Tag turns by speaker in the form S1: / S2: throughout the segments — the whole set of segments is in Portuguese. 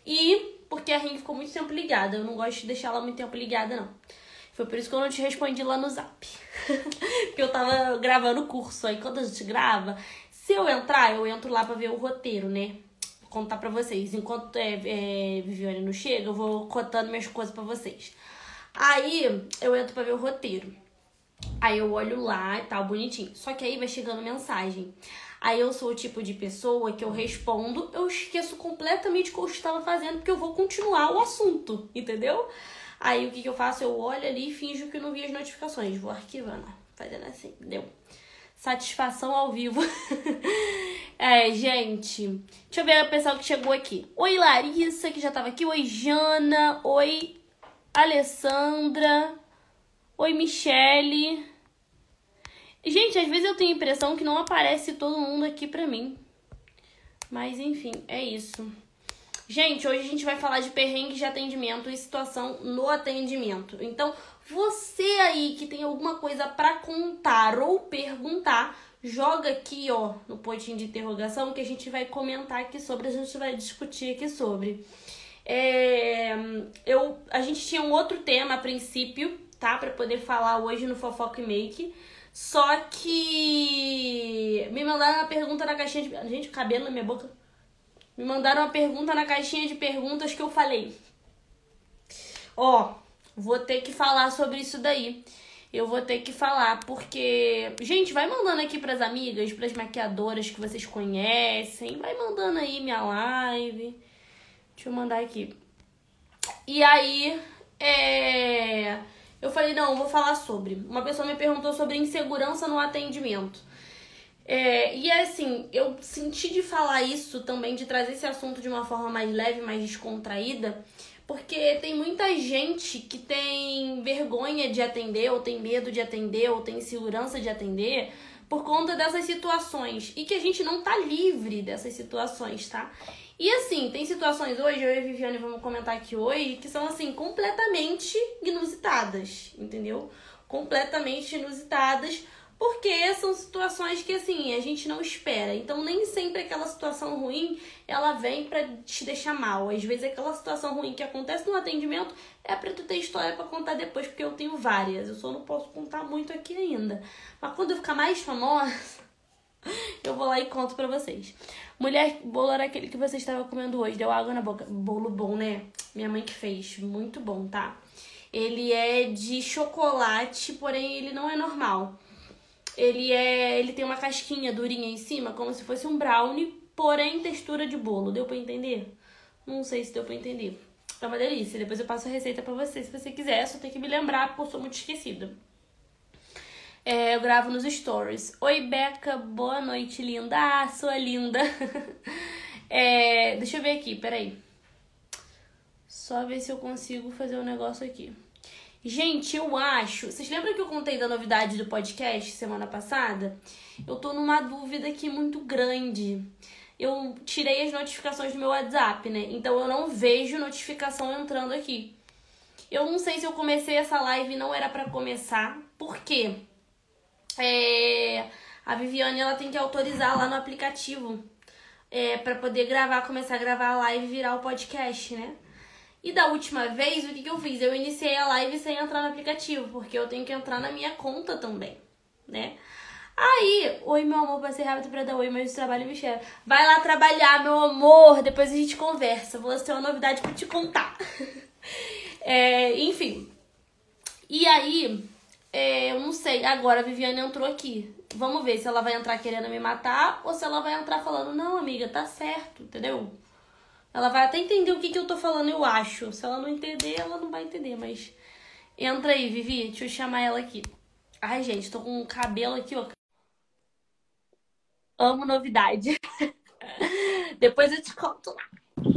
S1: e porque a ring ficou muito tempo ligada. Eu não gosto de deixar ela muito tempo ligada, não. Foi por isso que eu não te respondi lá no Zap. Porque eu tava gravando o curso. Aí quando a gente grava, se eu entrar, eu entro lá pra ver o roteiro, né? Vou contar pra vocês. Enquanto Viviane não chega, eu vou contando minhas coisas pra vocês. Aí eu entro pra ver o roteiro. Aí eu olho lá e tal, bonitinho. Só que aí vai chegando mensagem. Aí eu sou o tipo de pessoa que eu respondo, eu esqueço completamente o que eu estava fazendo, porque eu vou continuar o assunto, entendeu? Aí o que eu faço? Eu olho ali e finjo que não vi as notificações. Vou arquivando, fazendo assim, entendeu? Satisfação ao vivo. Gente. Deixa eu ver o pessoal que chegou aqui. Oi, Larissa, que já tava aqui. Oi, Jana. Oi, Alessandra. Oi, Michele. Gente, às vezes eu tenho a impressão que não aparece todo mundo aqui pra mim. Mas, enfim, é isso. Gente, hoje a gente vai falar de perrengue de atendimento e situação no atendimento. Então, você aí que tem alguma coisa pra contar ou perguntar, joga aqui, ó, no pontinho de interrogação que a gente vai comentar aqui sobre, a gente vai discutir aqui sobre. A gente tinha um outro tema a princípio, tá? Pra poder falar hoje no Fofoca e Make. Só que me mandaram uma pergunta na caixinha de... Gente, o cabelo na minha boca. Me mandaram uma pergunta na caixinha de perguntas que eu falei. Vou ter que falar sobre isso daí. Eu vou ter que falar, porque... Gente, vai mandando aqui pras amigas, pras maquiadoras que vocês conhecem. Vai mandando aí minha live. Deixa eu mandar aqui. E aí, eu falei, não, eu vou falar sobre. Uma pessoa me perguntou sobre insegurança no atendimento. E assim, eu senti de falar isso também, de trazer esse assunto de uma forma mais leve, mais descontraída, porque tem muita gente que tem vergonha de atender, ou tem medo de atender, ou tem insegurança de atender, por conta dessas situações. E que a gente não tá livre dessas situações, tá? E assim, tem situações hoje, eu e a Viviane vamos comentar aqui hoje, que são assim, completamente inusitadas, entendeu? Completamente inusitadas, porque são situações que assim, a gente não espera. Então nem sempre aquela situação ruim, ela vem pra te deixar mal. Às vezes aquela situação ruim que acontece no atendimento é pra tu ter história pra contar depois, porque eu tenho várias. Eu só não posso contar muito aqui ainda. Mas quando eu ficar mais famosa, eu vou lá e conto pra vocês. Mulher, bolo era aquele que você estava comendo hoje. Deu água na boca. Bolo bom, né? Minha mãe que fez. Muito bom, tá? Ele é de chocolate, porém ele não é normal. Ele tem uma casquinha durinha em cima, como se fosse um brownie, porém textura de bolo. Deu pra entender? Não sei se deu pra entender. É uma delícia. Depois eu passo a receita pra você, se você quiser. Só tem que me lembrar, porque eu sou muito esquecida. Eu gravo nos stories. Oi, Beca. Boa noite, linda. Ah, sua linda. Deixa eu ver aqui, peraí. Só ver se eu consigo fazer um negócio aqui. Gente, eu acho... Vocês lembram que eu contei da novidade do podcast semana passada? Eu tô numa dúvida aqui muito grande. Eu tirei as notificações do meu WhatsApp, né? Então eu não vejo notificação entrando aqui. Eu não sei se eu comecei essa live e não era pra começar. Por quê? A Viviane, ela tem que autorizar lá no aplicativo pra poder gravar, começar a gravar a live e virar o podcast, né? E da última vez, o que eu fiz? Eu iniciei a live sem entrar no aplicativo, porque eu tenho que entrar na minha conta também, né? Aí, oi, meu amor, passei rápido pra dar oi, mas o trabalho me cheira. Vai lá trabalhar, meu amor, depois a gente conversa. Vou ter uma novidade pra te contar. Enfim. E aí, eu não sei, agora a Viviane entrou aqui. Vamos ver se ela vai entrar querendo me matar ou se ela vai entrar falando, não, amiga, tá certo, entendeu? Ela vai até entender o que eu tô falando, eu acho. Se ela não entender, ela não vai entender, mas... Entra aí, Vivi, deixa eu chamar ela aqui. Ai, gente, tô com um cabelo aqui, ó. Amo novidade. Depois eu te conto lá.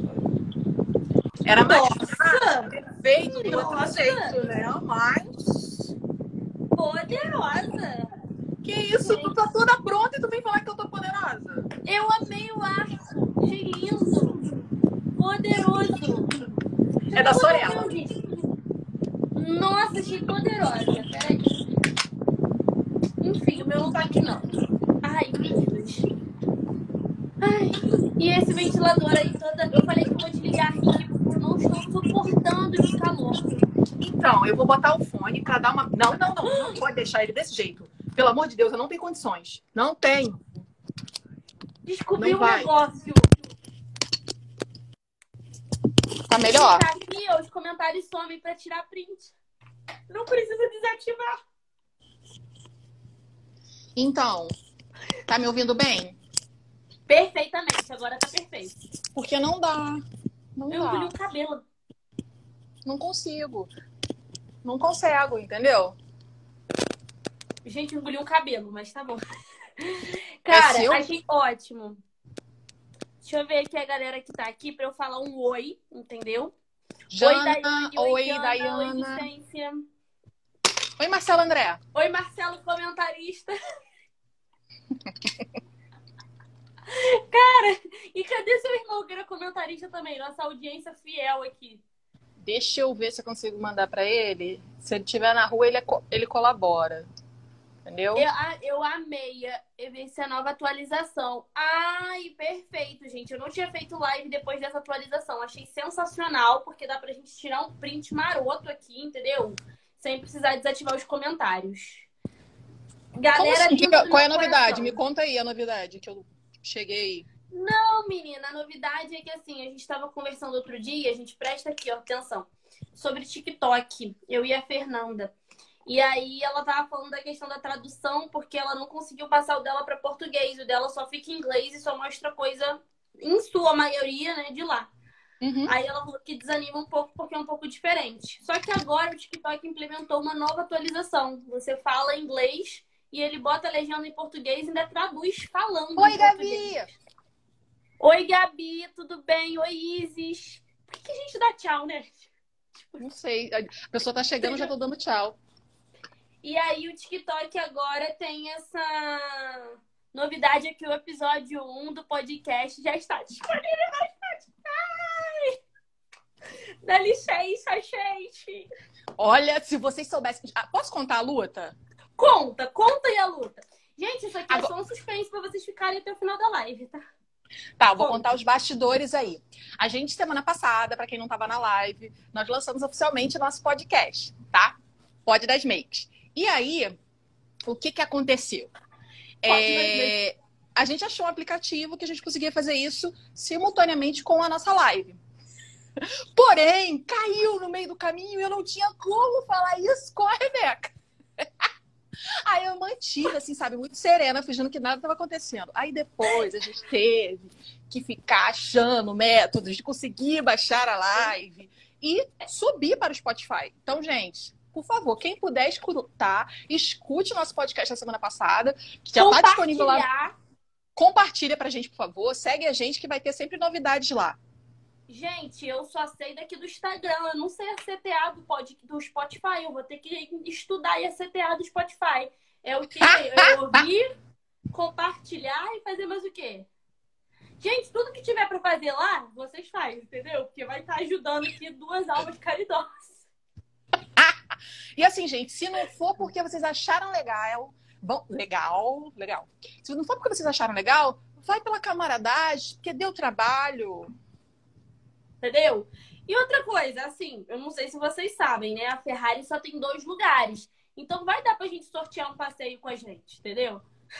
S2: Era mais
S1: Nossa!
S2: perfeito do outro jeito, né? Mas...
S1: Poderosa!
S2: Que isso? Tu tá toda pronta e tu vem falar que eu tô poderosa?
S1: Eu amei o arco. Achei lindo. Poderoso.
S2: É da Sorella.
S1: Nossa, achei poderosa. Peraí. Enfim, o meu não tá aqui, não. Ai, meu Deus. Ai, e esse ventilador aí toda... Eu falei que eu vou desligar aqui
S2: Então, eu vou botar o fone pra dar uma... Não, não, não. Não pode deixar ele desse jeito. Pelo amor de Deus, eu não tenho condições. Não tenho.
S1: Descobri
S2: Não
S1: um
S2: vai.
S1: negócio.
S2: Tá melhor?
S1: Tá aqui, ó, os comentários somem pra tirar print. Não precisa desativar.
S2: Então, tá me ouvindo bem?
S1: Perfeitamente, agora tá perfeito.
S2: Porque não dá. Não
S1: Eu engoli
S2: dá.
S1: o cabelo.
S2: Não consigo. Não consigo, entendeu?
S1: Gente, eu engoli um cabelo, mas tá bom. Cara,
S2: seu?
S1: achei ótimo. Deixa eu ver aqui a galera que tá aqui pra eu falar um oi, entendeu?
S2: Jana,
S1: oi, Daiane.
S2: oi,
S1: Jana,
S2: Daiana.
S1: Oi, Vicência.
S2: Oi, Marcelo André.
S1: Oi, Marcelo, comentarista. Cara, e cadê seu irmão que era comentarista também? Nossa audiência fiel aqui.
S2: Deixa eu ver se eu consigo mandar pra ele. Se ele estiver na rua, ele colabora. Entendeu?
S1: Eu amei essa nova atualização. Ai, perfeito, gente. Eu não tinha feito live depois dessa atualização. Achei sensacional, porque dá pra gente tirar um print maroto aqui, entendeu? Sem precisar desativar os comentários. Galera,
S2: assim?
S1: linda do
S2: Qual é a
S1: meu
S2: novidade?
S1: coração.
S2: Me conta aí a novidade que eu cheguei.
S1: Não, menina, a novidade é que assim, a gente tava conversando outro dia, a gente presta aqui, ó, atenção, sobre TikTok, eu e a Fernanda. E aí ela tava falando da questão da tradução, porque ela não conseguiu passar o dela para português, o dela só fica em inglês e só mostra coisa, em sua maioria, né, de lá.
S2: Uhum.
S1: Aí ela falou que desanima um pouco porque é um pouco diferente. Só que agora o TikTok implementou uma nova atualização. Você fala inglês e ele bota a legenda em português e ainda traduz falando
S2: Oi,
S1: em
S2: Gabi!
S1: português. Oi, Gabi, tudo bem? Oi, Isis. Por que a gente dá tchau, né?
S2: Não sei. A pessoa tá chegando, já tô dando tchau.
S1: E aí o TikTok agora tem essa novidade aqui, o episódio 1 do podcast já está disponível no Spotify. Dá licença, gente.
S2: Olha, se vocês soubessem... posso contar a luta?
S1: Conta aí a luta. Gente, isso aqui é só um suspense pra vocês ficarem até o final da live, tá?
S2: Tá, vou contar os bastidores aí. A gente, semana passada, pra quem não tava na live, nós lançamos oficialmente nosso podcast, tá? Pod das Makes. E aí, o que aconteceu? A gente achou um aplicativo que a gente conseguia fazer isso simultaneamente com a nossa live. Porém, caiu no meio do caminho e eu não tinha como falar isso com a Rebeca. Aí eu mantive, assim, sabe, muito serena, fingindo que nada estava acontecendo. Aí depois a gente teve que ficar achando métodos de conseguir baixar a live e subir para o Spotify. Então, gente, por favor, quem puder escutar, escute o nosso podcast da semana passada, que já está disponível lá. Compartilha pra gente, por favor. Segue a gente que vai ter sempre novidades lá.
S1: Gente, eu só sei daqui do Instagram. Eu não sei a CTA do Spotify. Eu vou ter que estudar a CTA do Spotify. É o quê? Eu ouvir, compartilhar e fazer mais o quê? Gente, tudo que tiver pra fazer lá, vocês fazem, entendeu? Porque vai estar ajudando aqui duas almas caridosas.
S2: E assim, gente, se não for porque vocês acharam legal... Bom, legal. Se não for porque vocês acharam legal, vai pela camaradagem, porque deu trabalho.
S1: Entendeu? E outra coisa, assim, eu não sei se vocês sabem, né? A Ferrari só tem 2 lugares. Então vai dar pra gente sortear um passeio com a gente, entendeu?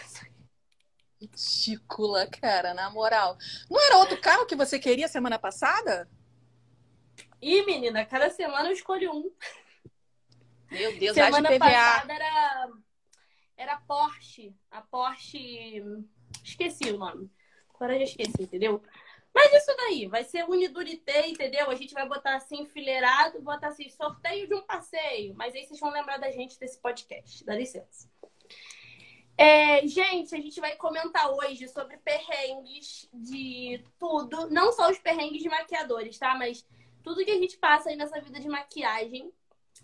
S2: Ridícula, cara, na moral. Não era outro carro que você queria semana passada?
S1: Ih, menina, cada semana eu escolho um.
S2: Meu Deus,
S1: semana
S2: PVA.
S1: passada era Porsche. A Porsche... Esqueci o nome. Agora eu já esqueci, entendeu? Mas isso daí, vai ser Unidurité, entendeu? A gente vai botar assim, enfileirado, botar assim, sorteio de um passeio. Mas aí vocês vão lembrar da gente desse podcast. Dá licença. Gente, a gente vai comentar hoje sobre perrengues de tudo. Não só os perrengues de maquiadores, tá? Mas tudo que a gente passa aí nessa vida de maquiagem.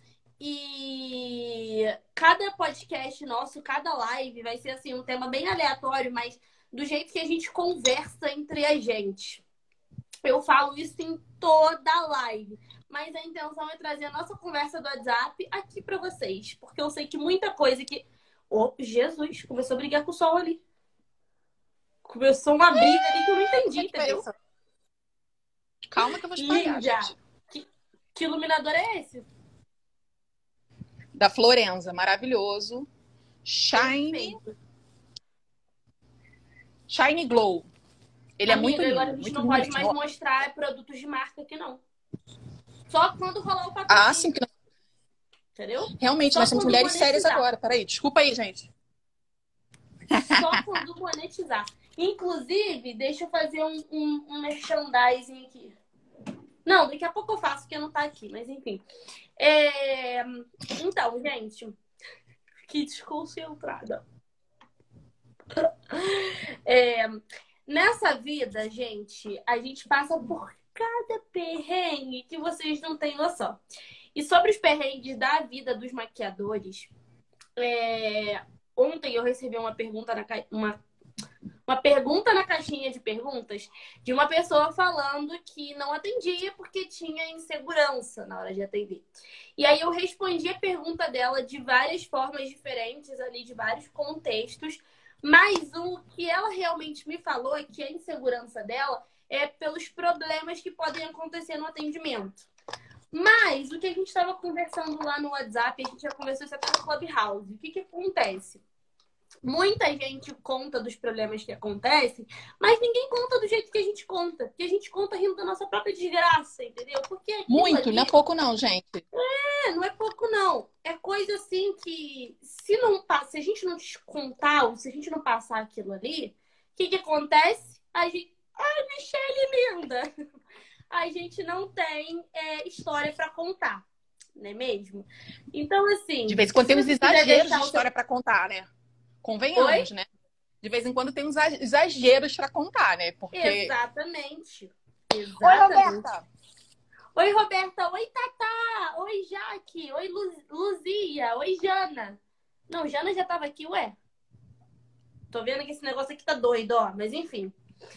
S1: E cada podcast nosso, cada live vai ser assim, um tema bem aleatório, mas do jeito que a gente conversa entre a gente. Eu falo isso em toda live, mas a intenção é trazer a nossa conversa do WhatsApp aqui pra vocês, porque eu sei que muita coisa que... Oh, Jesus, começou a brigar com o sol ali. Começou uma briga ali que eu não entendi, entendeu?
S2: Calma que eu vou espalhar, gente.
S1: Que iluminador é esse?
S2: Da Florenza, maravilhoso. Shine Glow. Ele é muito
S1: Amiga,
S2: lindo.
S1: agora a gente
S2: Muito
S1: não
S2: lindo,
S1: pode
S2: gente.
S1: mais mostrar produtos de marca aqui, não. Só quando rolar o
S2: Ah,
S1: patrocínio.
S2: sim, porque
S1: Entendeu?
S2: realmente
S1: Só
S2: nós somos
S1: quando
S2: mulheres sérias
S1: monetizar.
S2: agora. Peraí, desculpa aí, gente.
S1: Só quando monetizar. Inclusive, deixa eu fazer um merchandising aqui. Não, daqui a pouco eu faço, porque não tá aqui, mas enfim. Então, gente, que desconcentrada. Nessa vida, gente, a gente passa por cada perrengue que vocês não têm noção. E sobre os perrengues da vida dos maquiadores, ontem eu recebi uma pergunta uma pergunta na caixinha de perguntas de uma pessoa falando que não atendia porque tinha insegurança na hora de atender. E aí eu respondi a pergunta dela de várias formas diferentes ali, de vários contextos, mas o que ela realmente me falou é que a insegurança dela é pelos problemas que podem acontecer no atendimento. Mas o que a gente estava conversando lá no WhatsApp, a gente já conversou isso até no Clubhouse. O que acontece? Muita gente conta dos problemas que acontecem, mas ninguém conta do jeito que a gente conta. Porque a gente conta rindo da nossa própria desgraça, entendeu? Porque
S2: Muito,
S1: ali,
S2: não é pouco não, gente.
S1: não é pouco não. É coisa assim que se a gente não te contar ou se a gente não passar aquilo ali, o que acontece? A gente, ai, Michelle linda. A gente não tem história para contar, não é mesmo? Então assim,
S2: De vez em quando tem uns
S1: se você quiser
S2: exageros
S1: deixar
S2: de
S1: o seu...
S2: história pra contar, né? Convenhamos, né? De vez em quando tem uns exageros pra contar, né? Porque...
S1: Exatamente.
S2: Oi,
S1: Exatamente.
S2: Roberta!
S1: Oi, Roberta. Oi, Tatá. Oi, Jaque. Oi, Luzia. Oi, Jana. Não, Jana já tava aqui, ué. Tô vendo que esse negócio aqui tá doido, ó. Mas enfim.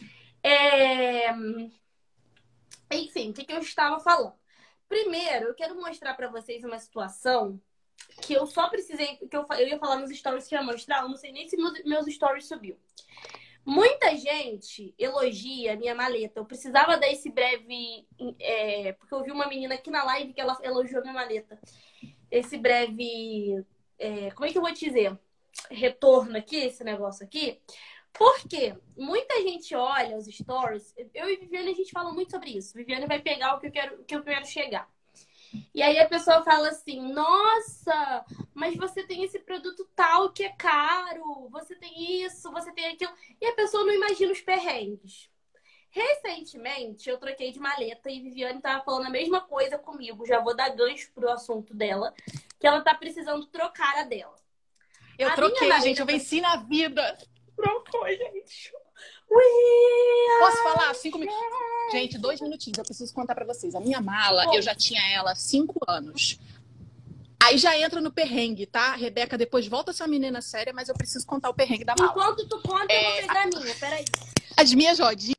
S1: Enfim, o que eu estava falando? Primeiro, eu quero mostrar pra vocês uma situação que eu só precisei... que eu ia falar nos stories que ia mostrar. Eu não sei nem se meus stories subiu. Muita gente elogia a minha maleta. Eu precisava dar esse breve... porque eu vi uma menina aqui na live que ela elogiou a minha maleta. Esse breve... como é que eu vou te dizer? Retorno aqui, esse negócio aqui. Porque muita gente olha os stories... Eu e Viviane, a gente fala muito sobre isso. Viviane vai pegar o que eu quero chegar. E aí a pessoa fala assim, nossa, mas você tem esse produto tal que é caro, você tem isso, você tem aquilo. E a pessoa não imagina os perrengues. Recentemente, eu troquei de maleta e Viviane tava falando a mesma coisa comigo. Já vou dar gancho pro assunto dela, que ela tá precisando trocar a dela.
S2: Eu troquei, gente, eu venci na vida.
S1: Trocou, gente.
S2: Posso falar? 5 minutos. Gente, 2 minutinhos, eu preciso contar pra vocês. A minha mala, eu já tinha ela há 5 anos. Aí já entra no perrengue, tá? Rebeca, depois volta a ser uma menina séria, mas eu preciso contar o perrengue da mala.
S1: Enquanto tu conta, eu vou pegar a minha, peraí.
S2: As minhas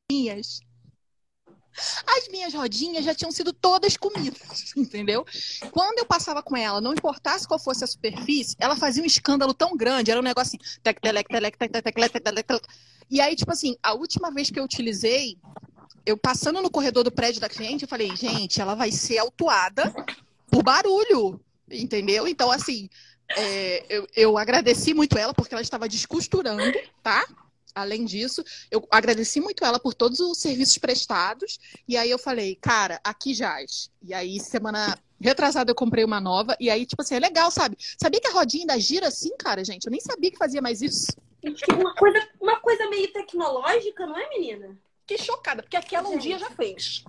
S2: rodinhas já tinham sido todas comidas, entendeu? Quando eu passava com ela, não importasse qual fosse a superfície, ela fazia um escândalo tão grande, era um negócio assim, e aí, tipo assim, a última vez que eu utilizei, eu passando no corredor do prédio da cliente, eu falei, gente, ela vai ser autuada por barulho, entendeu? Então, assim, eu agradeci muito ela, porque ela estava descosturando, tá? Além disso, eu agradeci muito ela por todos os serviços prestados. E aí eu falei, cara, aqui jaz. E aí, semana retrasada, eu comprei uma nova. E aí, tipo assim, é legal, sabe? Sabia que a rodinha ainda gira assim, cara, gente? Eu nem sabia que fazia mais isso.
S1: Uma coisa meio tecnológica, não é, menina?
S2: Fiquei chocada, porque aquela um dia já fez.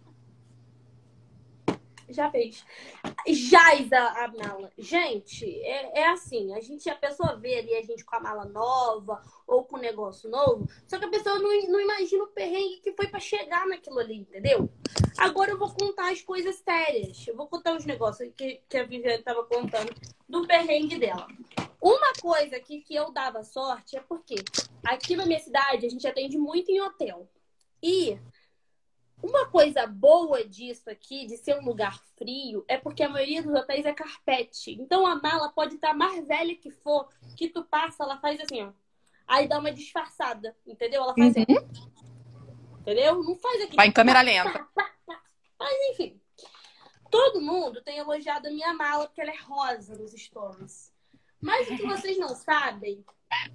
S1: Já fez. Jaz a mala. Gente, assim, a pessoa vê ali a gente com a mala nova ou com o negócio novo, só que a pessoa não imagina o perrengue que foi pra chegar naquilo ali, entendeu? Agora eu vou contar as coisas sérias. Eu vou contar os negócios que a Viviane tava contando do perrengue dela. Uma coisa aqui que eu dava sorte é porque aqui na minha cidade a gente atende muito em hotel. E uma coisa boa disso aqui, de ser um lugar frio, é porque a maioria dos hotéis é carpete. Então a mala pode estar mais velha que for, que tu passa, ela faz assim, ó. Aí dá uma disfarçada, entendeu? Ela faz assim. Entendeu? Não faz aqui.
S2: Vai em câmera lenta.
S1: Mas enfim. Todo Todo mundo tem elogiado a minha mala porque ela é rosa nos stories. Mas o que vocês não sabem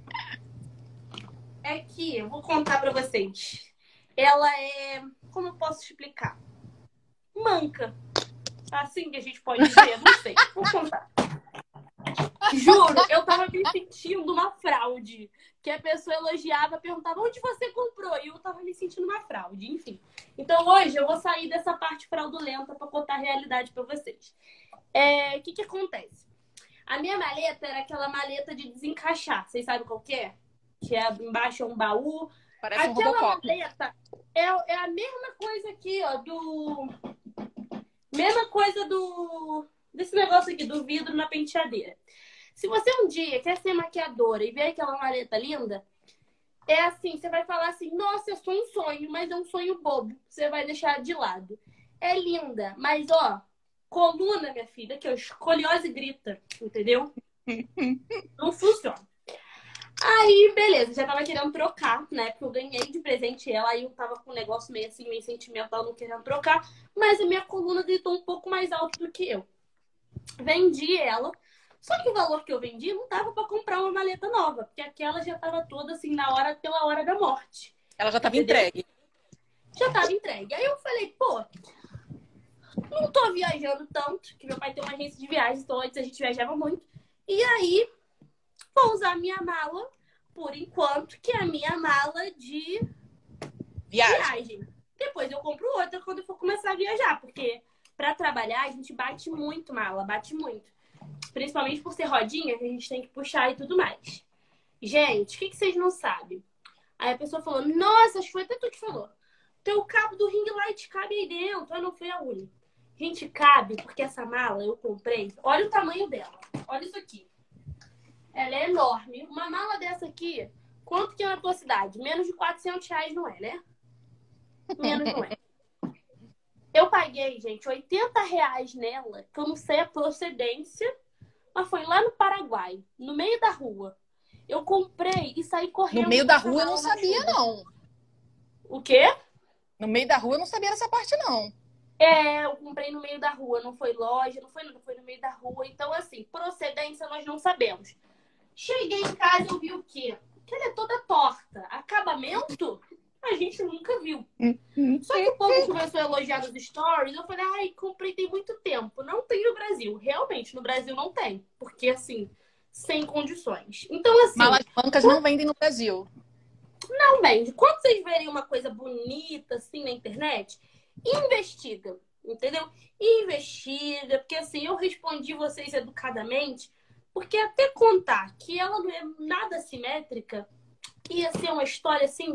S1: é que, eu vou contar pra vocês. Ela é, como eu posso explicar? Manca. Assim que a gente pode dizer, não sei. Vou contar. Juro, eu tava me sentindo uma fraude. Que a pessoa elogiava, perguntava onde você comprou. E eu tava me sentindo uma fraude, enfim. Então hoje eu vou sair dessa parte fraudulenta pra contar a realidade pra vocês. O que acontece? A minha maleta era aquela maleta de desencaixar. Vocês sabem qual que é? Que é embaixo é um baú.
S2: Parece um
S1: Aquela
S2: Robocop.
S1: maleta é a mesma coisa aqui, ó, mesma coisa desse negócio aqui, do vidro na penteadeira. Se você um dia quer ser maquiadora e ver aquela maleta linda, é assim, você vai falar assim, nossa, é só um sonho, mas é um sonho bobo. Você vai deixar de lado. É linda, mas ó, coluna, minha filha, que é escoliose grita, entendeu? Não funciona. Aí, beleza, já tava querendo trocar, né? Porque eu ganhei de presente ela, aí eu tava com um negócio meio assim, meio sentimental, não querendo trocar. Mas a minha coluna gritou um pouco mais alto do que eu. Vendi ela. Só que o valor que eu vendi não dava pra comprar uma maleta nova. Porque aquela já tava toda assim, pela hora da morte.
S2: Ela já tava
S1: Entendeu?
S2: entregue.
S1: Já tava entregue. Aí eu falei, pô, não tô viajando tanto, que meu pai tem uma agência de viagens, então antes a gente viajava muito. E aí, vou usar a minha mala, por enquanto, que é a minha mala de viagem. Depois eu compro outra quando eu for começar a viajar, porque pra trabalhar a gente bate muito mala, bate muito. Principalmente por ser rodinha, que a gente tem que puxar e tudo mais. Gente, o que vocês não sabem? Aí a pessoa falou, nossa, acho que foi até tu que falou. Teu cabo do ring light cabe aí dentro. Eu não fui a única. Gente, cabe, porque essa mala eu comprei. Olha o tamanho dela. Olha isso aqui. Ela é enorme. Uma mala dessa aqui, quanto que é na tua cidade? Menos de R$400 não é, né? Menos não é. Eu paguei, gente, R$80 nela, que eu não sei a procedência, mas foi lá no Paraguai, no meio da rua. Eu comprei e saí correndo.
S2: No meio da rua eu não sabia, não.
S1: O quê?
S2: No meio da rua eu não sabia dessa parte, não.
S1: Eu comprei no meio da rua, não foi loja, não foi nada, foi no meio da rua. Então, assim, procedência nós não sabemos. Cheguei em casa e eu vi o quê? Que ela é toda torta. Acabamento, a gente nunca viu. Só que o povo começou a elogiar nos stories. Eu falei, ai, comprei tem muito tempo. Não tem no Brasil. Realmente, no Brasil não tem. Porque, assim, sem condições. Então, assim...
S2: Malas brancas não vendem no Brasil.
S1: Não vende. Quando vocês verem uma coisa bonita, assim, na internet, investiga. Entendeu? Investiga. Porque, assim, eu respondi vocês educadamente. Porque até contar que ela não é nada simétrica, ia ser uma história, assim,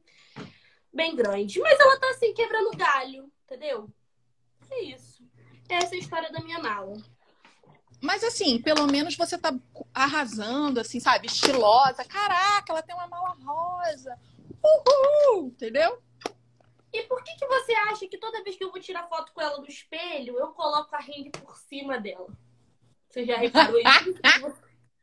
S1: bem grande. Mas ela tá, assim, quebrando galho. Entendeu? É isso. Essa é a história da minha mala.
S2: Mas assim, pelo menos você tá arrasando, assim, sabe? Estilosa. Caraca, ela tem uma mala rosa. Uhul! Entendeu?
S1: E por que você acha que toda vez que eu vou tirar foto com ela no espelho, eu coloco a rende por cima dela? Você já reparou isso?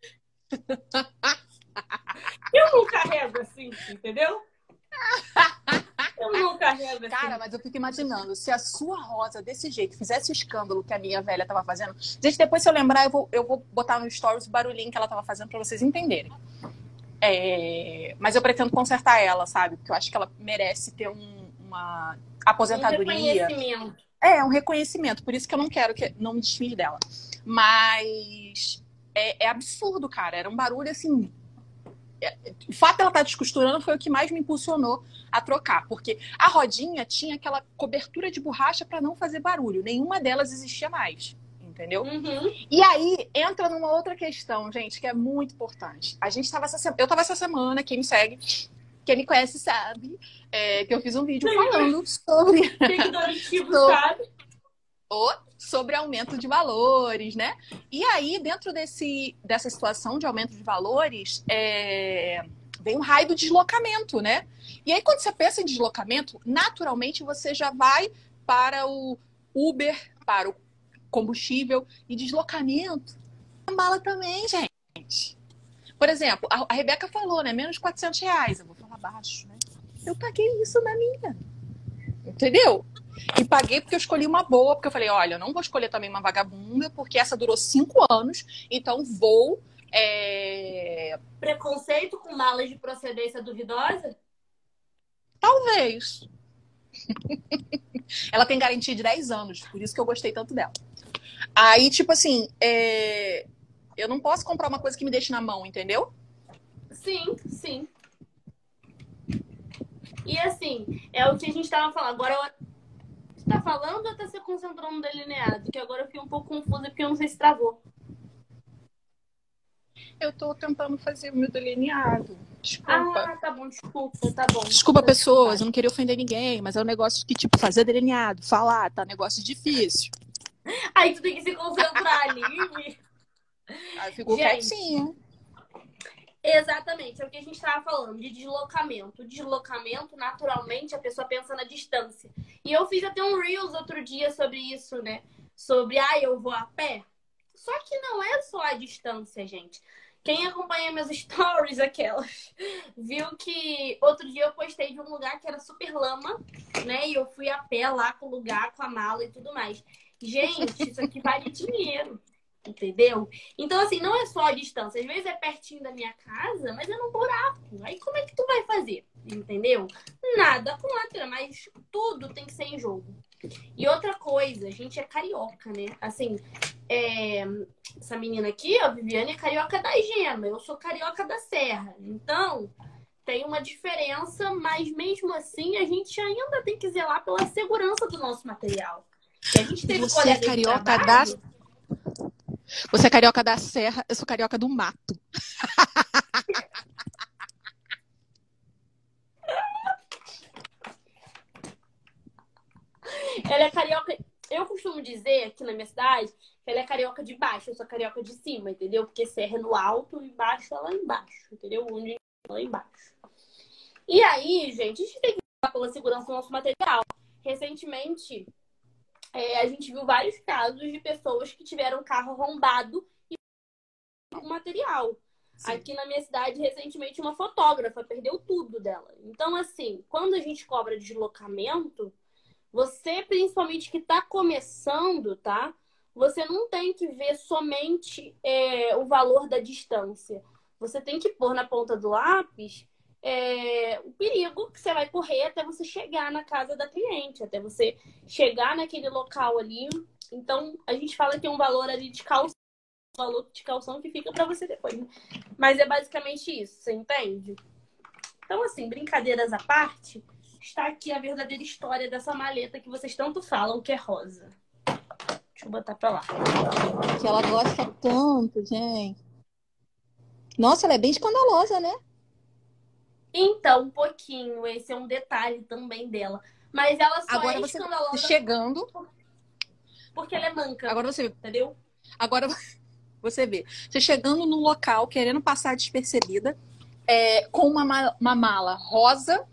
S1: Eu não carrego assim, entendeu? Eu não carrego assim.
S2: Cara, mas eu fico imaginando, se a sua rosa desse jeito fizesse o escândalo que a minha velha tava fazendo. Gente, depois se eu lembrar, eu vou botar no stories o barulhinho que ela tava fazendo pra vocês entenderem. Mas eu pretendo consertar ela, sabe? Porque eu acho que ela merece ter uma aposentadoria.
S1: Um reconhecimento.
S2: Um reconhecimento. Por isso que eu não quero que não me desfile dela. Mas é absurdo, cara. Era um barulho assim. O fato dela estar descosturando foi o que mais me impulsionou a trocar. Porque a rodinha tinha aquela cobertura de borracha para não fazer barulho. Nenhuma delas existia mais. Entendeu?
S1: Uhum.
S2: E aí entra numa outra questão, gente, que é muito importante. Eu tava essa semana, quem me segue, quem me conhece sabe, que eu fiz um vídeo falando sobre. Sobre aumento de valores, né? E aí, dentro dessa situação de aumento de valores, vem um raio do deslocamento, né? E aí, quando você pensa em deslocamento, naturalmente você já vai para o Uber, para o combustível e deslocamento. A mala também, gente. Por exemplo, a Rebeca falou, né? Menos de R$400. Eu vou falar baixo, né? Eu paguei isso na minha. Entendeu? E paguei porque eu escolhi uma boa, porque eu falei, olha, eu não vou escolher também uma vagabunda, porque essa durou 5 anos, então vou.
S1: Preconceito com malas de procedência duvidosa?
S2: Talvez. Ela tem garantia de 10 anos, por isso que eu gostei tanto dela. Aí, tipo assim, eu não posso comprar uma coisa que me deixe na mão, entendeu?
S1: Sim, sim. E assim, é o que a gente tava falando. Agora, você tá falando ou tá se concentrando no delineado? Que agora eu fiquei um pouco confusa porque eu não sei se travou.
S2: Eu tô tentando fazer o meu delineado. Desculpa.
S1: Ah, tá bom, desculpa, tá bom.
S2: Desculpa, pessoas, eu
S1: Desculpa.
S2: não queria ofender ninguém, mas é um negócio que, tipo, fazer delineado, falar, tá? Negócio difícil.
S1: Aí tu tem que se concentrar ali.
S2: Aí ficou
S1: Gente,
S2: quietinho.
S1: exatamente, é o que a gente estava falando, de deslocamento. O deslocamento, naturalmente, a pessoa pensa na distância. E eu fiz até um Reels outro dia sobre isso, né? Sobre, eu vou a pé. Só que não é só a distância, gente. Quem acompanha meus stories, aquelas, viu que outro dia eu postei de um lugar que era super lama, né? E eu fui a pé lá com o lugar, com a mala e tudo mais. Gente, isso aqui vale dinheiro. Entendeu? Então, assim, não é só a distância. Às vezes é pertinho da minha casa, mas é num buraco. Aí como é que tu vai fazer? Entendeu? Nada contra, mas tudo tem que ser em jogo. E outra coisa, a gente é carioca, né? Assim, essa menina aqui, a Viviane, é carioca da Gema. Eu sou carioca da Serra. Então, tem uma diferença, mas mesmo assim, a gente ainda tem que zelar pela segurança do nosso material. E a gente teve
S2: Você é
S1: colega de
S2: carioca
S1: trabalho.
S2: Você é carioca da serra, eu sou carioca do mato.
S1: Ela é carioca. Eu costumo dizer aqui na minha cidade que ela é carioca de baixo, eu sou carioca de cima, entendeu? Porque serra é no alto e baixo é lá embaixo, entendeu? Onde é lá embaixo. E aí, gente, a gente tem que falar pela segurança do nosso material. Recentemente, a gente viu vários casos de pessoas que tiveram carro arrombado e o material. Sim. Aqui na minha cidade, recentemente, uma fotógrafa perdeu tudo dela. Então, assim, quando a gente cobra deslocamento, você, principalmente que está começando, tá? Você não tem que ver somente o valor da distância. Você tem que pôr na ponta do lápis o perigo que você vai correr até você chegar na casa da cliente, até você chegar naquele local ali. Então, a gente fala que é um valor ali de calção, valor de calção que fica para você depois. Né? Mas é basicamente isso, você entende? Então, assim, brincadeiras à parte, está aqui a verdadeira história dessa maleta que vocês tanto falam que é rosa. Deixa eu botar pra lá.
S2: Que ela gosta tanto, gente. Nossa, ela é bem escandalosa, né?
S1: Então, um pouquinho. Esse é um detalhe também dela. Mas ela só
S2: agora
S1: é
S2: você
S1: escandalosa
S2: chegando.
S1: porque ela é manca.
S2: Agora você,
S1: entendeu?
S2: Agora você vê. Você chegando num local, querendo passar despercebida, com uma mala rosa,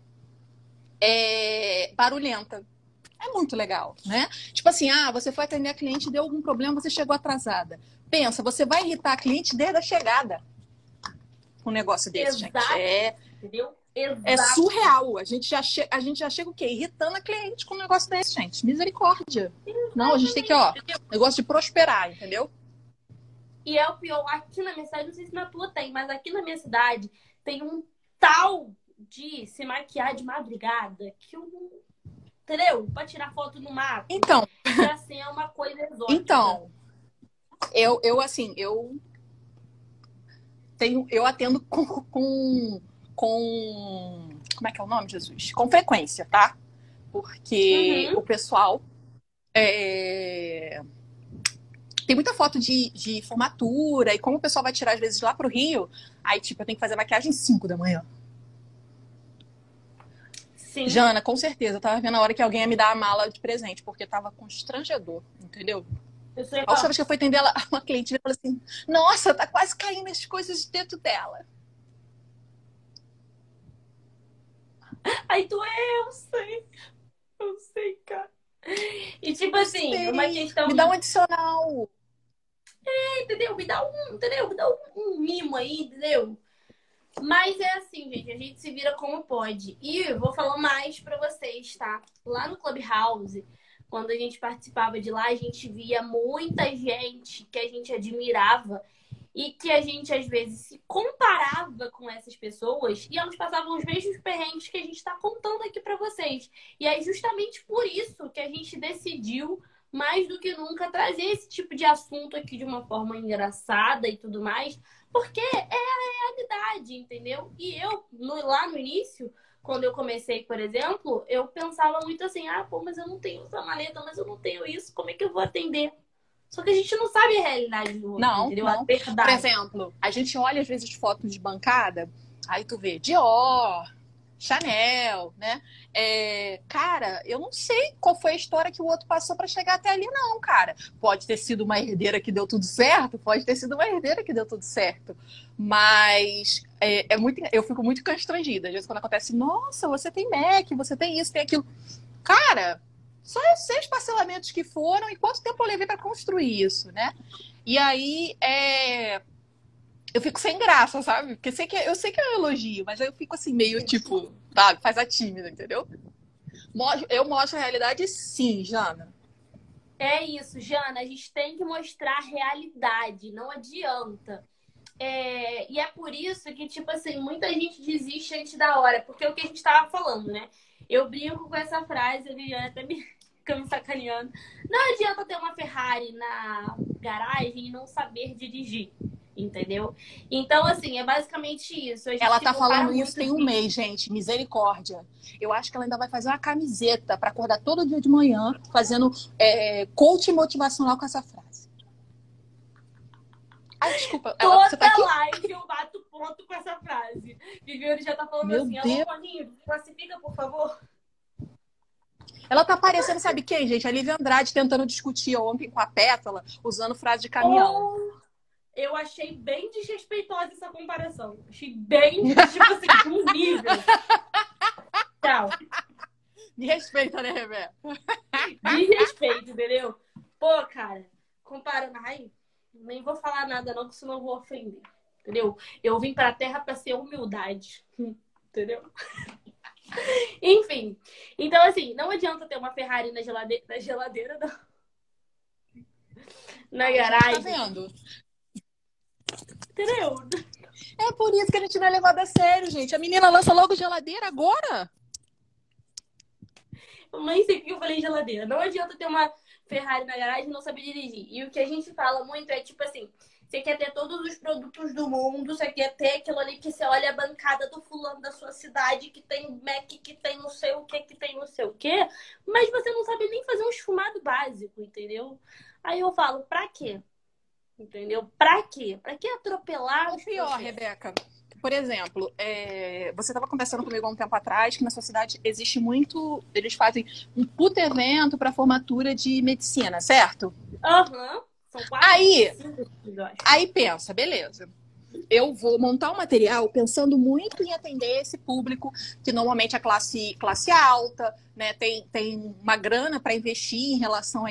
S2: barulhenta. É muito legal, né? Tipo assim, você foi atender a cliente, deu algum problema, você chegou atrasada. Pensa, você vai irritar a cliente desde a chegada. Um negócio desse,
S1: Exato.
S2: gente.
S1: Entendeu? Exato.
S2: É surreal. A gente já chega o quê? Irritando a cliente com um negócio desse, gente. Misericórdia. Exatamente. Não, a gente tem que, negócio de prosperar, entendeu?
S1: E é o pior, aqui na minha cidade, não sei se na tua tem, mas aqui na minha cidade tem um tal de se maquiar de madrugada que eu... Entendeu? Pra tirar foto no mato.
S2: Então.
S1: Que assim é uma coisa exótica.
S2: Então, eu atendo com como é que é o nome, Jesus? Com frequência, tá? Porque o pessoal tem muita foto de formatura, e como o pessoal vai tirar às vezes lá pro Rio, aí tipo, eu tenho que fazer maquiagem às 5 da manhã. Sim. Jana, com certeza, eu tava vendo a hora que alguém ia me dar a mala de presente, porque tava constrangedor, entendeu? A última vez que eu fui atender ela, uma cliente me falou assim, nossa, tá quase caindo as coisas dentro dela.
S1: Aí tu eu sei, cara. E tipo assim, uma questão...
S2: Me dá um adicional.
S1: Entendeu? Me dá um mimo aí, entendeu? Mas é assim, gente, a gente se vira como pode. E eu vou falar mais pra vocês, tá? Lá no Clubhouse, quando a gente participava de lá, a gente via muita gente que a gente admirava e que a gente às vezes se comparava com essas pessoas e elas passavam os mesmos perrengues que a gente está contando aqui para vocês. E é justamente por isso que a gente decidiu mais do que nunca trazer esse tipo de assunto aqui de uma forma engraçada e tudo mais, porque é a realidade, entendeu? E eu, lá no início, quando eu comecei, por exemplo, eu pensava muito assim, ah, pô, mas eu não tenho essa maleta, mas eu não tenho isso, como é que eu vou atender? Só que a gente não sabe a realidade do outro,
S2: Não,
S1: entendeu? A
S2: não.
S1: verdade.
S2: Por exemplo, a gente olha às vezes fotos de bancada, aí tu vê Dior, Chanel, né? Cara, eu não sei qual foi a história que o outro passou para chegar até ali, não, cara. Pode ter sido uma herdeira que deu tudo certo, pode ter sido uma herdeira que deu tudo certo. Mas eu fico muito constrangida. Às vezes quando acontece, nossa, você tem Mac, você tem isso, tem aquilo. Cara, só os 6 parcelamentos que foram e quanto tempo eu levei para construir isso, né? E aí, eu fico sem graça, sabe? Porque eu sei que é um elogio, mas eu fico assim, meio tipo, sabe? Faz a tímida, entendeu? Eu mostro a realidade sim, Jana.
S1: É isso, Jana, a gente tem que mostrar a realidade, não adianta. E é por isso que, tipo assim, muita gente desiste antes da hora, porque é o que a gente tava falando, né? Eu brinco com essa frase, a Viviane até fica me sacaneando. Não adianta ter uma Ferrari na garagem e não saber dirigir, entendeu? Então, assim, é basicamente isso. A gente
S2: Ela tá falando
S1: compara
S2: isso tem um
S1: muito.
S2: mês, gente. Misericórdia. Eu acho que ela ainda vai fazer uma camiseta para acordar todo dia de manhã fazendo coach motivacional com essa frase. Ai, desculpa. Você tá
S1: Toda
S2: aqui?
S1: live eu bato ponto com essa frase. Viviane já tá falando
S2: Meu
S1: assim, alô,
S2: Deus.
S1: Paulinho, classifica, por favor.
S2: Ela tá parecendo, sabe quem, gente? A Lívia Andrade tentando discutir ontem com a Pétala, usando frase de caminhão.
S1: Ou eu achei bem desrespeitosa essa comparação. Achei bem, tipo assim, de um nível. Tchau.
S2: Me respeita, né, Rebeca?
S1: Desrespeito, entendeu? Pô, cara, comparando. Ai, nem vou falar nada não, que senão eu vou ofender. Entendeu? Eu vim pra Terra pra ser humildade. Entendeu? Enfim. Então, assim, não adianta ter uma Ferrari na geladeira não. Na
S2: Tá
S1: garagem.
S2: vendo?
S1: Entendeu?
S2: É por isso que a gente não é levado a sério, gente. A menina lança logo geladeira agora.
S1: Eu nem sei o que eu falei em geladeira. Não adianta ter uma Ferrari na garagem e não saber dirigir. E o que a gente fala muito é tipo assim: você quer ter todos os produtos do mundo, você quer ter aquilo ali que você olha a bancada do fulano da sua cidade, que tem Mac, que tem não sei o que tem não sei o que, mas você não sabe nem fazer um esfumado básico, entendeu? Aí eu falo, pra quê? Entendeu? Pra quê? Pra que atropelar
S2: Ou
S1: os
S2: pior,
S1: processos?
S2: Rebeca. Por exemplo, você estava conversando comigo há um tempo atrás que na sua cidade existe muito. Eles fazem um puto evento para formatura de medicina, certo?
S1: Aham. São 4,
S2: Aí,
S1: 5, eu acho.
S2: aí pensa, beleza. Eu vou montar um material pensando muito em atender esse público, que normalmente é classe alta, né? Tem uma grana para investir em relação a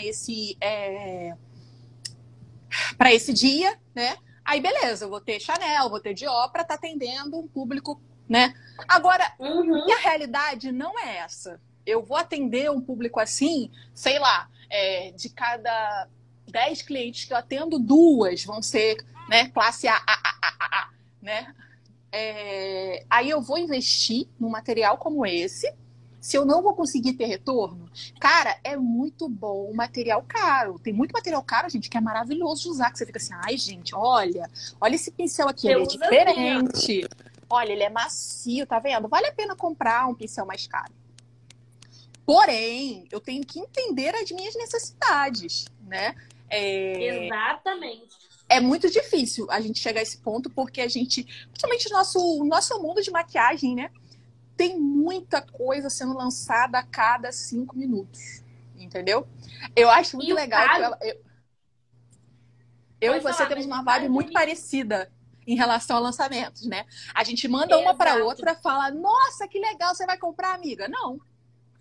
S2: para esse dia, né? Aí, beleza, eu vou ter Chanel, vou ter Dior para estar atendendo um público, né? Agora,
S1: Uhum.
S2: e a realidade não é essa. Eu vou atender um público assim, sei lá, de cada 10 clientes que eu atendo, 2 vão ser, né, classe A, né? Aí eu vou investir num material como esse. Se eu não vou conseguir ter retorno, cara, é muito bom o material caro. Tem muito material caro, gente, que é maravilhoso de usar, que você fica assim, ai, gente, olha esse pincel aqui,
S1: Você
S2: ele é
S1: usa assim, ó.
S2: diferente. Olha, ele é macio, tá vendo? Vale a pena comprar um pincel mais caro. Porém, eu tenho que entender as minhas necessidades, né?
S1: Exatamente.
S2: É muito difícil a gente chegar a esse ponto, porque a gente, principalmente o nosso mundo de maquiagem, né? Tem muita coisa sendo lançada a cada 5 minutos, entendeu? Eu acho muito legal que eu e você temos uma vibe muito parecida em relação a lançamentos, né? A gente manda uma para outra, fala, nossa, que legal, você vai comprar, amiga? Não.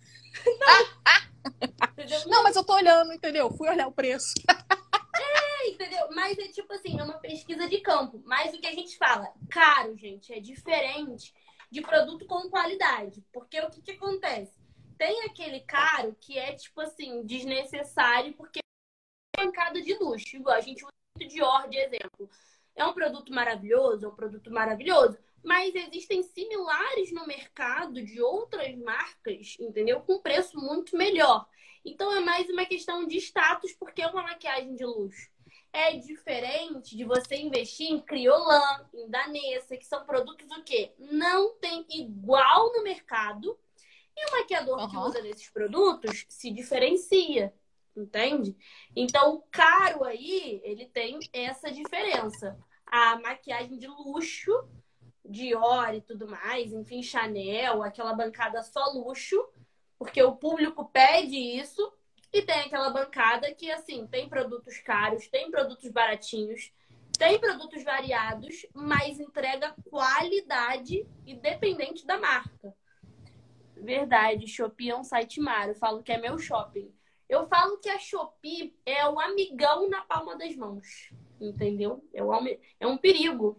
S2: Não, mas eu tô olhando, entendeu? Fui olhar o preço.
S1: entendeu? Mas é tipo assim, é uma pesquisa de campo. Mas o que a gente fala, caro, gente, é diferente de produto com qualidade. Porque o que que acontece? Tem aquele caro que é, tipo assim, desnecessário, porque é bancada de luxo. Igual a gente usa muito Dior de exemplo. É um produto maravilhoso, é um produto maravilhoso. Mas existem similares no mercado de outras marcas, entendeu? Com preço muito melhor. Então é mais uma questão de status, porque é uma maquiagem de luxo. É diferente de você investir em Kryolan, em Danessa, que são produtos o quê? Não tem igual no mercado. E o maquiador que
S2: Aham.
S1: usa nesses produtos se diferencia, entende? Então, o caro aí, ele tem essa diferença. A maquiagem de luxo, Dior e tudo mais, enfim, Chanel, aquela bancada só luxo, porque o público pede isso. E tem aquela bancada que, assim, tem produtos caros, tem produtos baratinhos, tem produtos variados, mas entrega qualidade independente da marca. Verdade, Shopee é um site mara. Eu falo que é meu shopping. Eu falo que a Shopee é o amigão na palma das mãos. Entendeu? É um perigo.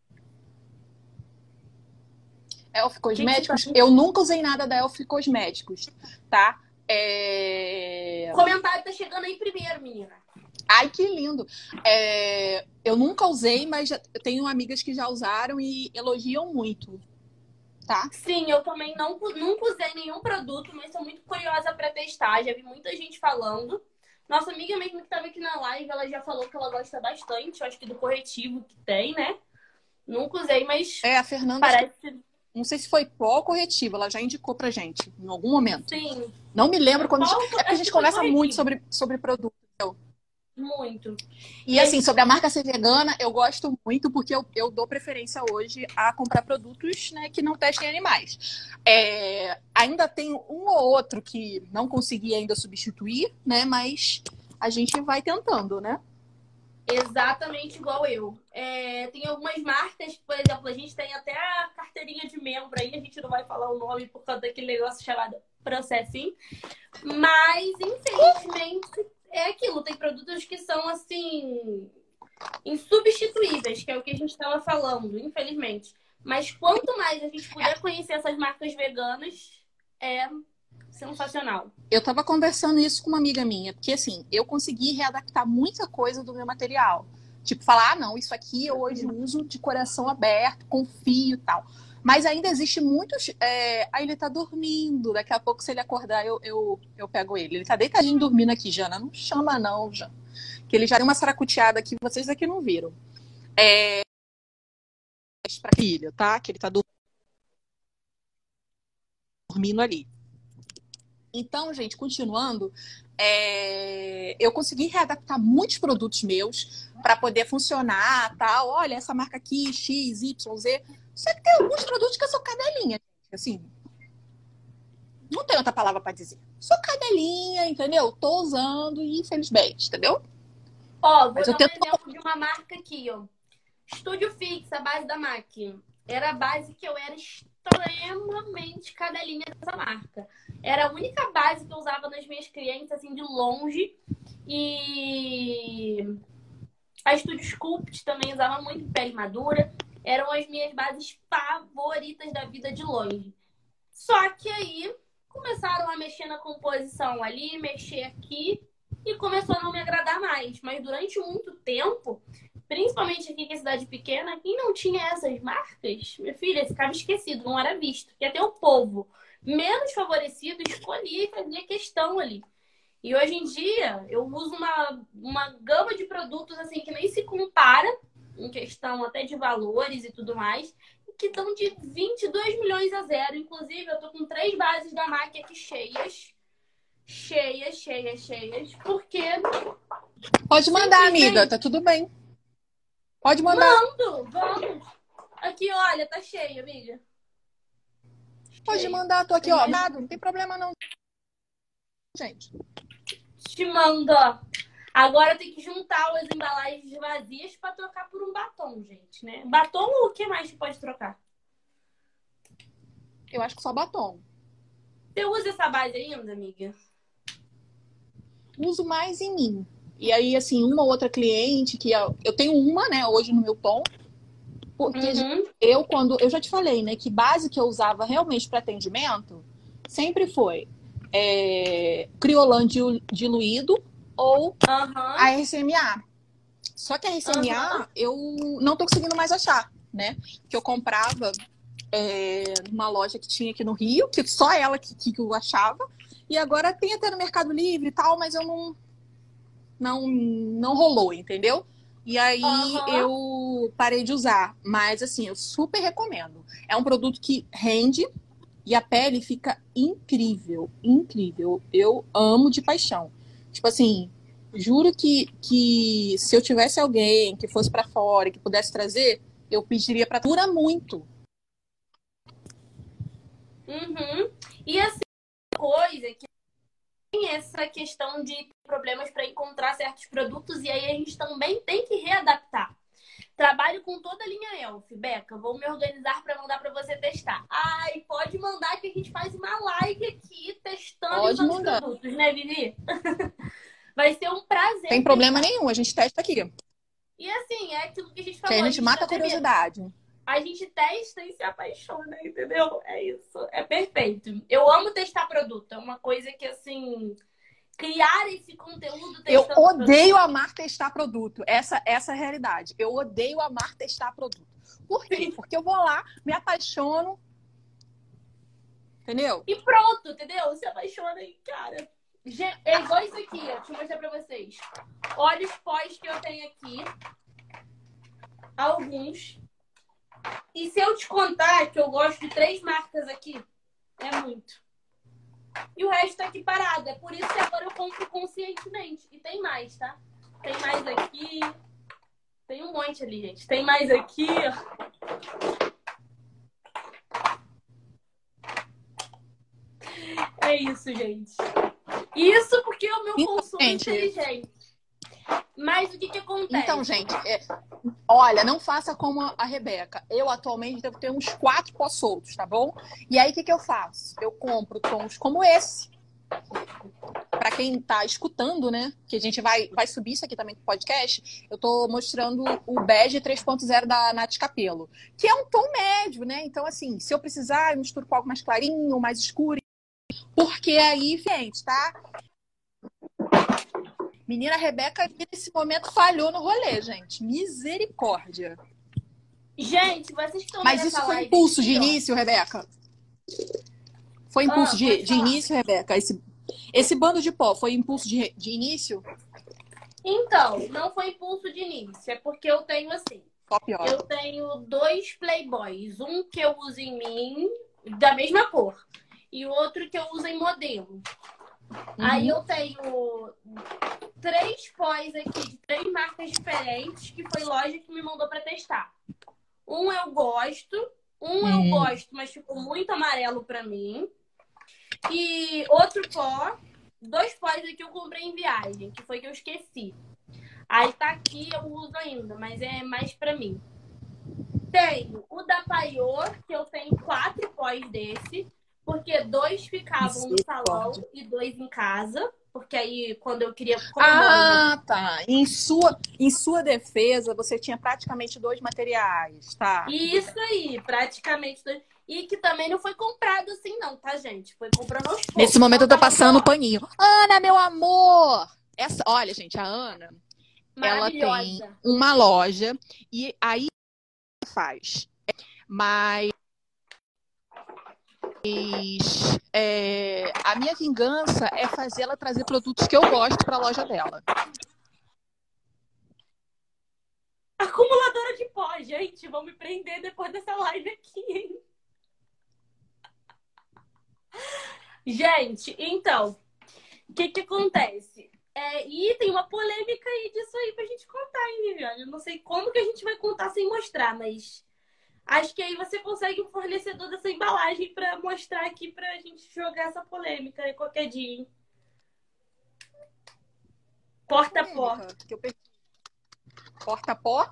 S2: Elf
S1: O que que você tá...
S2: Cosméticos, eu nunca usei nada da Elf Cosméticos, tá?
S1: O comentário tá chegando aí primeiro, menina.
S2: Ai, que lindo! Eu nunca usei, mas eu tenho amigas que já usaram e elogiam muito, tá?
S1: Sim, eu também nunca usei nenhum produto, mas sou muito curiosa para testar. Já vi muita gente falando. Nossa amiga mesmo que estava aqui na live, ela já falou que ela gosta bastante, eu acho que do corretivo que tem, né? Nunca usei, mas
S2: A Fernanda, acho que,
S1: parece...
S2: não sei se foi pó ou corretivo, ela já indicou pra gente em algum momento.
S1: Sim.
S2: Não me lembro quando.
S1: Qual,
S2: É porque a
S1: acho
S2: gente
S1: que foi
S2: conversa muito
S1: corretivo.
S2: sobre produto.
S1: Muito.
S2: E assim,
S1: Mas,
S2: sobre a marca ser vegana, eu gosto muito porque eu dou preferência hoje a comprar produtos, né, que não testem animais. Ainda tem um ou outro que não consegui ainda substituir, né, mas a gente vai tentando, né?
S1: exatamente igual eu. Tem algumas marcas, por exemplo, a gente tem até a carteirinha de membro aí, a gente não vai falar o nome por causa daquele negócio chamado Processing. Mas, infelizmente, é aquilo. Tem produtos que são, assim, insubstituíveis, que é o que a gente estava falando, infelizmente. Mas quanto mais a gente puder conhecer essas marcas veganas, é sensacional.
S2: Eu tava conversando isso com uma amiga minha, porque assim, eu consegui readaptar muita coisa do meu material. Tipo, falar, não, isso aqui eu hoje uso de coração aberto, com fio e tal. Mas ainda existe muitos. Aí ele tá dormindo, daqui a pouco, se ele acordar, eu pego ele. Ele tá deitadinho dormindo aqui, Jana. Não chama, não, Jana. Que ele já deu uma saracuteada aqui, vocês aqui não viram. Pra filho, tá? Que ele tá dormindo ali. Então, gente, continuando, eu consegui readaptar muitos produtos meus para poder funcionar, tal. Olha, essa marca aqui, X, Y, Z. Só que tem alguns produtos que eu sou cadelinha, assim. Não tem outra palavra para dizer. Sou cadelinha, entendeu? Tô usando e infelizmente, entendeu?
S1: Ó, vou
S2: Mas eu
S1: dar um
S2: tento.
S1: exemplo de uma marca aqui, ó. Estúdio Fix, a base da MAC. Era a base que eu era extremamente cadelinha dessa marca. Era a única base que eu usava nas minhas clientes, assim, de longe. E a Estúdio Sculpt também usava muito pele madura. Eram as minhas bases favoritas da vida de longe. Só que aí começaram a mexer na composição ali, mexer aqui e começou a não me agradar mais. Mas durante muito tempo, principalmente aqui que é cidade pequena, quem não tinha essas marcas, minha filha, ficava esquecido, não era visto. Que até o povo menos favorecido escolhia e fazia questão ali. E hoje em dia eu uso uma gama de produtos assim que nem se compara em questão até de valores e tudo mais, que estão de 22 milhões a zero. Inclusive, eu tô com 3 bases da MAC aqui cheias. Cheias. Porque
S2: Pode mandar, amiga, tá tudo bem. Pode mandar.
S1: vamos. Aqui, olha, tá cheio, amiga.
S2: Pode
S1: Cheio.
S2: mandar, tô aqui,
S1: Tem
S2: ó.
S1: mais...
S2: Nada, não tem problema não, gente.
S1: Te mando, ó. Agora tem que juntar as embalagens vazias para trocar por um batom, gente, né? Batom, o que mais que pode trocar?
S2: Eu acho que só batom.
S1: Você usa essa base ainda, amiga?
S2: Uso mais em mim. E aí, assim, uma ou outra cliente que eu tenho uma, né, hoje no meu tom, porque quando eu já te falei, né, que base que eu usava realmente para atendimento sempre foi Criolan diluído ou a RCMA. Só que a RCMA eu não tô conseguindo mais achar, né? Que eu comprava numa loja que tinha aqui no Rio, que só ela que eu achava. E agora tem até no Mercado Livre e tal, mas eu não rolou, entendeu? E aí eu parei de usar. Mas assim, eu super recomendo. É um produto que rende e a pele fica incrível, incrível. Eu amo de paixão. Tipo assim, juro que se eu tivesse alguém que fosse pra fora e que pudesse trazer, eu pediria pra dura muito.
S1: E assim, coisa que tem essa questão de problemas para encontrar certos produtos e aí a gente também tem que readaptar. Trabalho com toda a linha Elf, Beca. Vou me organizar para mandar para você testar. Ai, pode mandar que a gente faz uma live aqui testando os nossos produtos, né, Vivi? Vai ser um prazer.
S2: Tem problema nenhum, a gente testa aqui.
S1: E assim, é aquilo que a gente falou.
S2: Que a gente mata a curiosidade.
S1: A gente testa e se apaixona, entendeu? É isso. É perfeito. Eu amo testar produto. É uma coisa que, assim, criar esse conteúdo testando
S2: Eu odeio amar testar produto. Essa é a realidade. Eu odeio amar testar produto. Por quê? Porque eu vou lá, me apaixono. Entendeu?
S1: E pronto, entendeu? Se apaixona aí, cara. É igual isso aqui, ó. Deixa eu mostrar pra vocês. Olha os pós que eu tenho aqui. Alguns. E se eu te contar que eu gosto de 3 marcas aqui, é muito. E o resto tá aqui parado. É por isso que agora eu compro conscientemente. E tem mais, tá? Tem mais aqui. Tem um monte ali, gente. Tem mais aqui. É isso, gente. Isso porque o meu consumo é inteligente. Mas o que acontece?
S2: Então, gente, olha, não faça como a Rebeca. Eu atualmente devo ter uns 4 pó soltos, tá bom? E aí, o que eu faço? Eu compro tons como esse. Pra quem tá escutando, né? Que a gente vai subir isso aqui também no podcast. Eu tô mostrando o bege 3.0 da Nath Capello. Que é um tom médio, né? Então, assim, se eu precisar, eu misturo com algo mais clarinho, mais escuro. Porque aí, gente, tá? Menina Rebeca, nesse momento, falhou no rolê, gente. Misericórdia.
S1: Gente, vocês que estão
S2: Mas isso foi impulso de início, Rebeca? Foi impulso de início, Rebeca? Esse bando de pó foi impulso de início?
S1: Então, não foi impulso de início. É porque eu tenho assim.
S2: Pior.
S1: Eu tenho 2 Playboys. Um que eu uso em mim, da mesma cor. E o outro que eu uso em modelo. Aí eu tenho 3 pós aqui de 3 marcas diferentes, que foi loja que me mandou pra testar. Um eu gosto, eu gosto, mas ficou muito amarelo pra mim. E outro pó, 2 pós aqui eu comprei em viagem, que foi que eu esqueci. Aí tá aqui, eu uso ainda, mas é mais pra mim. Tenho o da Paiô, que eu tenho 4 pós desse. Porque 2 ficavam no salão e 2 em casa. Porque aí, quando eu queria...
S2: Tá. Em sua defesa, você tinha praticamente 2 materiais, tá?
S1: Isso aí, praticamente 2. E que também não foi comprado assim, não, tá, gente? Foi comprando aos poucos.
S2: Nesse momento eu tô passando o paninho. Ana, meu amor! Olha, gente, a Ana, ela tem uma loja e aí faz. Mas... a minha vingança é fazer ela trazer produtos que eu gosto para a loja dela.
S1: Acumuladora de pó, gente. Vão me prender depois dessa live aqui, hein? Gente, então, o que acontece? E tem uma polêmica aí disso aí pra gente contar, hein, Viviane? Eu não sei como que a gente vai contar sem mostrar, mas... Acho que aí você consegue um fornecedor dessa embalagem pra mostrar aqui pra gente jogar essa polêmica aí qualquer dia, hein? Porta-pó.
S2: Porta-pó?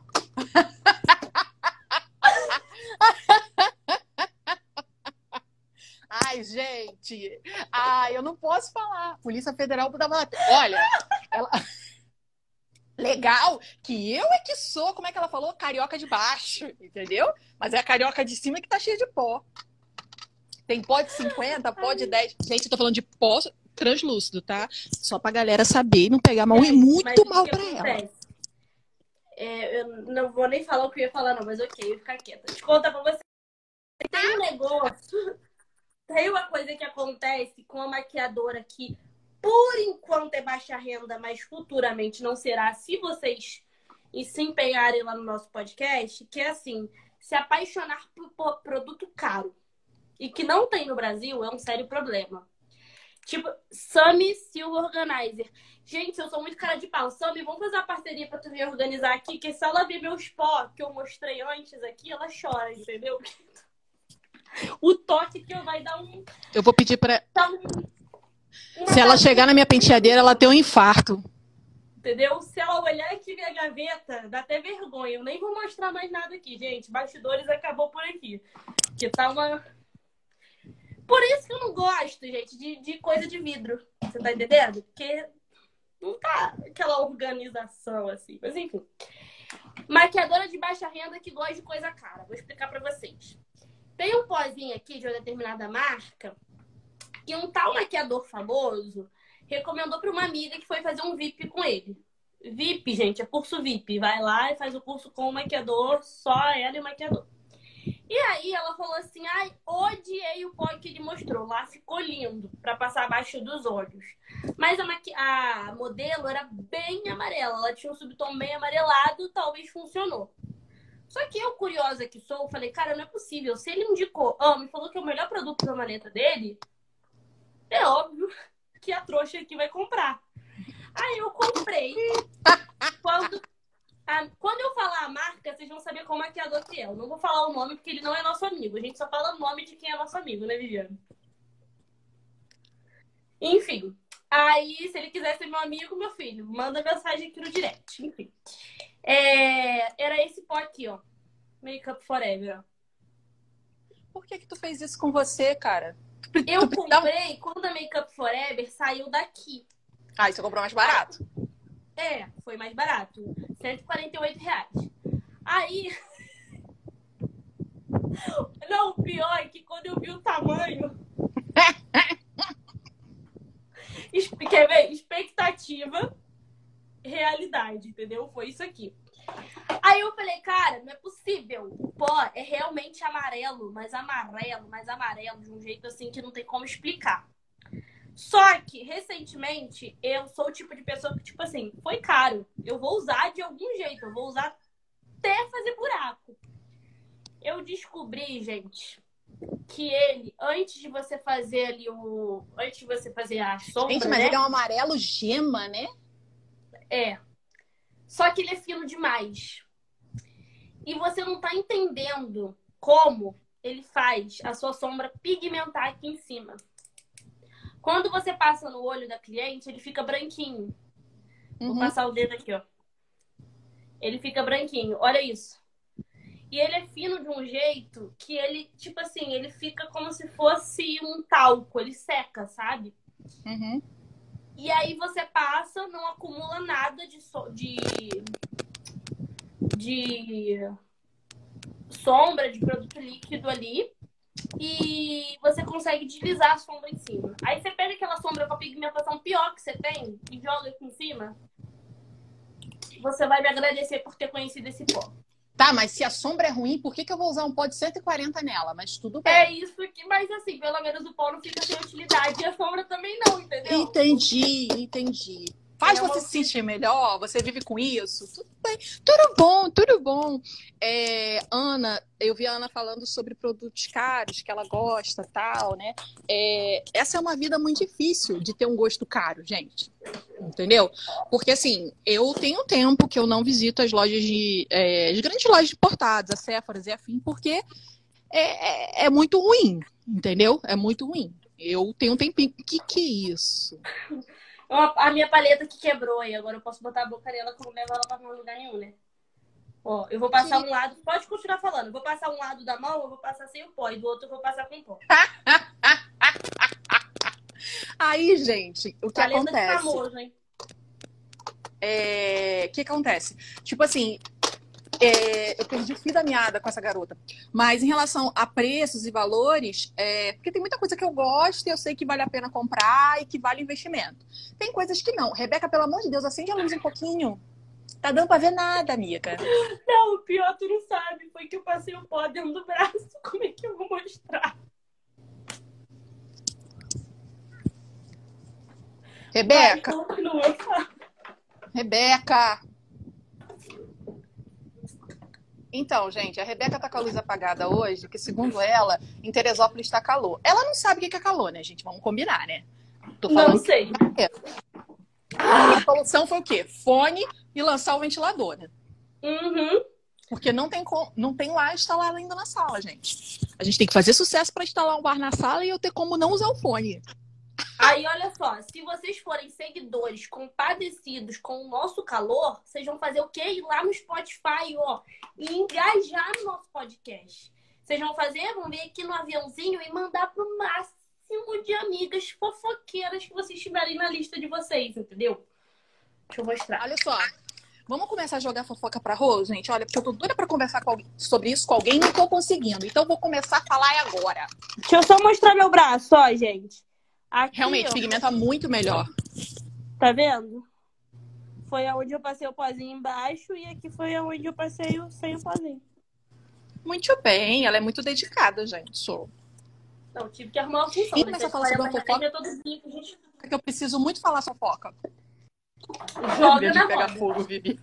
S2: Ai, gente. Ai, eu não posso falar. Polícia Federal tava... Olha, ela... legal que eu é que sou, como é que ela falou? Carioca de baixo, entendeu? Mas é a carioca de cima que tá cheia de pó. Tem pó de 50, pó de 10. Gente, eu tô falando de pó translúcido, tá? Só pra galera saber e não pegar mal e muito mal pra ela.
S1: Eu não vou nem falar o que eu ia falar, não, mas ok, eu vou ficar quieta. Deixa eu contar pra você. Tem um negócio, tem uma coisa que acontece com a maquiadora que, por enquanto, é baixa renda, mas futuramente não será, se vocês se empenharem lá no nosso podcast, que é assim, se apaixonar por produto caro e que não tem no Brasil é um sério problema. Tipo, Sammy Silver Organizer. Gente, eu sou muito cara de pau. Sammy, vamos fazer uma parceria pra tu vir organizar aqui, que se ela ver meus pó que eu mostrei antes aqui, ela chora, entendeu? O toque que eu vai dar um...
S2: Eu vou pedir pra... Se ela chegar na minha penteadeira, ela tem um infarto.
S1: Entendeu? Se ela olhar aqui minha gaveta, dá até vergonha. Eu nem vou mostrar mais nada aqui, gente. Bastidores acabou por aqui. Que tá uma... Por isso que eu não gosto, gente, de coisa de vidro. Você tá entendendo? Porque não tá aquela organização assim. Mas enfim. Maquiadora de baixa renda que gosta de coisa cara. Vou explicar pra vocês. Tem um pozinho aqui de uma determinada marca que um tal maquiador famoso recomendou pra uma amiga que foi fazer um VIP com ele. VIP, gente, é curso VIP. Vai lá e faz o curso com o maquiador, só ela e o maquiador. E aí ela falou assim, ai, odiei o pó que ele mostrou. Lá ficou lindo pra passar abaixo dos olhos. Mas a modelo era bem amarela. Ela tinha um subtom bem amarelado, talvez funcionou. Só que eu, curiosa que sou, falei, cara, não é possível. Se ele indicou, me falou que é o melhor produto da maleta dele, é óbvio que a trouxa aqui vai comprar. Aí eu comprei. Quando eu falar a marca, vocês vão saber qual maquiador que é. Eu não vou falar o nome porque ele não é nosso amigo. A gente só fala o nome de quem é nosso amigo, né, Viviane? Enfim. Aí, se ele quiser ser meu amigo, meu filho, manda mensagem aqui no direct. Enfim. Era esse pó aqui, ó. Makeup Forever, ó.
S2: Por que tu fez isso com você, cara?
S1: Eu comprei quando a Makeup Forever saiu daqui.
S2: Ah, e você comprou mais barato?
S1: Foi mais barato. R$148. Aí... Não, o pior é que quando eu vi o tamanho... Quer ver? Expectativa, realidade, entendeu? Foi isso aqui. Aí eu falei, cara, não é possível. O pó é realmente amarelo, mas amarelo, de um jeito assim que não tem como explicar. Só que, recentemente, eu sou o tipo de pessoa que, tipo assim, foi caro. Eu vou usar de algum jeito. Eu vou usar até fazer buraco. Eu descobri, gente, que ele, antes de você fazer ali antes de você fazer a sombra,
S2: gente, mas ele é um amarelo gema, né?
S1: Só que ele é fino demais. E você não tá entendendo como ele faz a sua sombra pigmentar aqui em cima. Quando você passa no olho da cliente, ele fica branquinho. Vou passar o dedo aqui, ó. Ele fica branquinho. Olha isso. E ele é fino de um jeito que ele, tipo assim, ele fica como se fosse um talco. Ele seca, sabe? E aí você passa, não acumula nada de sombra, de produto líquido ali. E você consegue deslizar a sombra em cima. Aí você pega aquela sombra com a pigmentação pior que você tem e joga aqui em cima. Você vai me agradecer por ter conhecido esse pó.
S2: Tá, mas se a sombra é ruim, por que eu vou usar um pó de 140 nela? Mas tudo bem.
S1: É isso aqui, mas assim, pelo menos o pó não fica sem utilidade. E a sombra também não, entendeu?
S2: Entendi. Faz você se sentir melhor, você vive com isso. Tudo bem. Tudo bom. Ana, eu vi a Ana falando sobre produtos caros, que ela gosta, tal, né? Essa é uma vida muito difícil de ter um gosto caro, gente. Entendeu? Porque, assim, eu tenho tempo que eu não visito as lojas as grandes lojas de importados, a Sephora e afim, porque é muito ruim, entendeu? É muito ruim. Eu tenho um tempinho. Que é isso?
S1: A minha paleta que quebrou aí. Agora eu posso botar a boca nela que eu não levo ela pra lugar nenhum, né? Ó, eu vou passar um lado. Pode continuar falando. Eu vou passar um lado da mão, eu vou passar sem o pó. E do outro eu vou passar com pó.
S2: Aí, gente, o que
S1: paleta
S2: acontece?
S1: De famoso, hein?
S2: que acontece? Tipo assim, eu perdi o fio da meada com essa garota. Mas em relação a preços e valores, porque tem muita coisa que eu gosto e eu sei que vale a pena comprar e que vale investimento. Tem coisas que não. Rebeca, pelo amor de Deus, acende a luz um pouquinho. Tá dando pra ver nada, amiga.
S1: Não, o pior tu não sabe. Foi que eu passei o pó dentro do braço. Como é que eu vou mostrar?
S2: Rebeca!
S1: Vai, continua.
S2: Rebeca! Então, gente, a Rebeca tá com a luz apagada hoje, porque segundo ela, em Teresópolis tá calor. Ela não sabe o que é calor, né, gente? Vamos combinar, né? Tô falando
S1: Não sei.
S2: A solução foi o quê? Fone e lançar o ventilador, né?
S1: Uhum.
S2: Porque não tem lá instalado ainda na sala, gente. A gente tem que fazer sucesso para instalar um bar na sala e eu ter como não usar o fone.
S1: Aí, olha só, se vocês forem seguidores compadecidos com o nosso calor, vocês vão fazer o quê? Ir lá no Spotify, ó, e engajar no nosso podcast. Vocês vão vir aqui no aviãozinho e mandar pro máximo de amigas fofoqueiras que vocês tiverem na lista de vocês, entendeu? Deixa eu mostrar.
S2: Olha só, vamos começar a jogar fofoca pra Rô, gente? Olha, porque eu tô doida pra conversar sobre isso com alguém e não tô conseguindo. Então vou começar a falar agora.
S1: Deixa eu só mostrar meu braço, ó, gente. Aqui,
S2: realmente,
S1: ó,
S2: pigmenta muito melhor.
S1: Tá vendo? Foi aonde eu passei o pozinho embaixo e aqui foi aonde eu passei sem o pozinho.
S2: Muito bem, ela é muito dedicada, gente.
S1: Então, tive que arrumar uma função.
S2: E começar a falar sobre uma fofoca, que eu preciso muito falar fofoca.
S1: Joga na
S2: pegar
S1: roda.
S2: fogo, Vivi.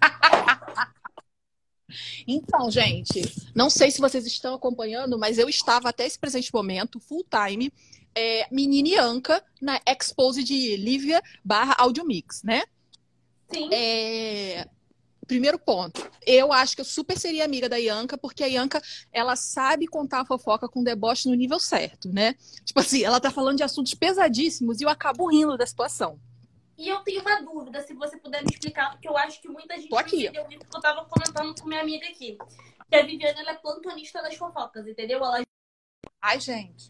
S2: Então, gente, não sei se vocês estão acompanhando, mas eu estava até esse presente momento, full time, menina e Anca, na Expose de Lívia / Audiomix, né?
S1: Sim.
S2: Primeiro ponto, eu acho que eu super seria amiga da Ianca, porque a Ianca, ela sabe contar a fofoca com deboche no nível certo, né? Tipo assim, ela tá falando de assuntos pesadíssimos e eu acabo rindo da situação.
S1: E eu tenho uma dúvida, se você puder me explicar, porque eu acho que muita gente
S2: Tô aqui.
S1: não entendeu isso, porque eu tava comentando com minha amiga aqui. Que a Viviane, ela é plantonista das fofocas, entendeu?
S2: Ai, gente.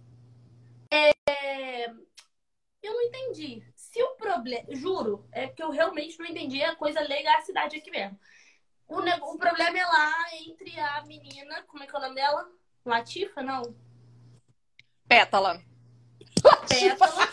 S1: Eu não entendi. Se o problema... Juro, é que eu realmente não entendi a coisa legacidade aqui mesmo. O problema é lá entre a menina... Como é que é o nome dela? Latifa, não?
S2: Pétala.
S1: Pétala.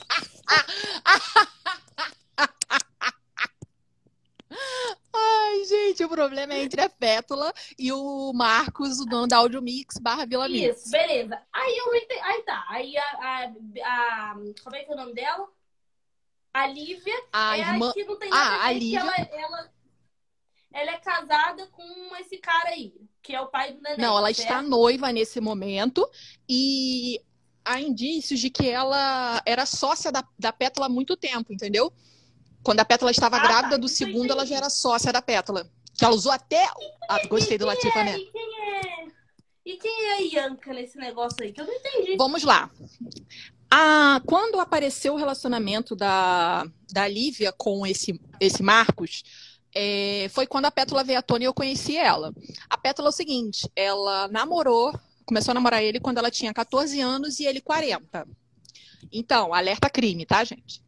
S2: Ai, gente, o problema é entre a Pétala e o Marcos, o dono da Audiomix / Vila Mix.
S1: Isso, beleza. Aí eu não entendi. Aí tá. Aí como é que é o nome dela? A Lívia
S2: A irmã...
S1: a que não tem nada a ver,
S2: Lívia...
S1: ela é casada com esse cara aí, que é o pai do neném.
S2: Não, ela
S1: certo?
S2: está noiva nesse momento e há indícios de que ela era sócia da Pétala há muito tempo, entendeu? Quando a Pétala estava grávida do segundo, ela já era sócia da Pétala. Que ela usou até... gostei do Latifa, né?
S1: E quem é a Ianca nesse negócio aí? Que eu não entendi.
S2: Vamos lá. Quando apareceu o relacionamento da Lívia com esse Marcos, foi quando a Pétala veio à tona e eu conheci ela. A Pétala é o seguinte, ela começou a namorar ele quando ela tinha 14 anos e ele 40. Então, alerta crime, tá, gente?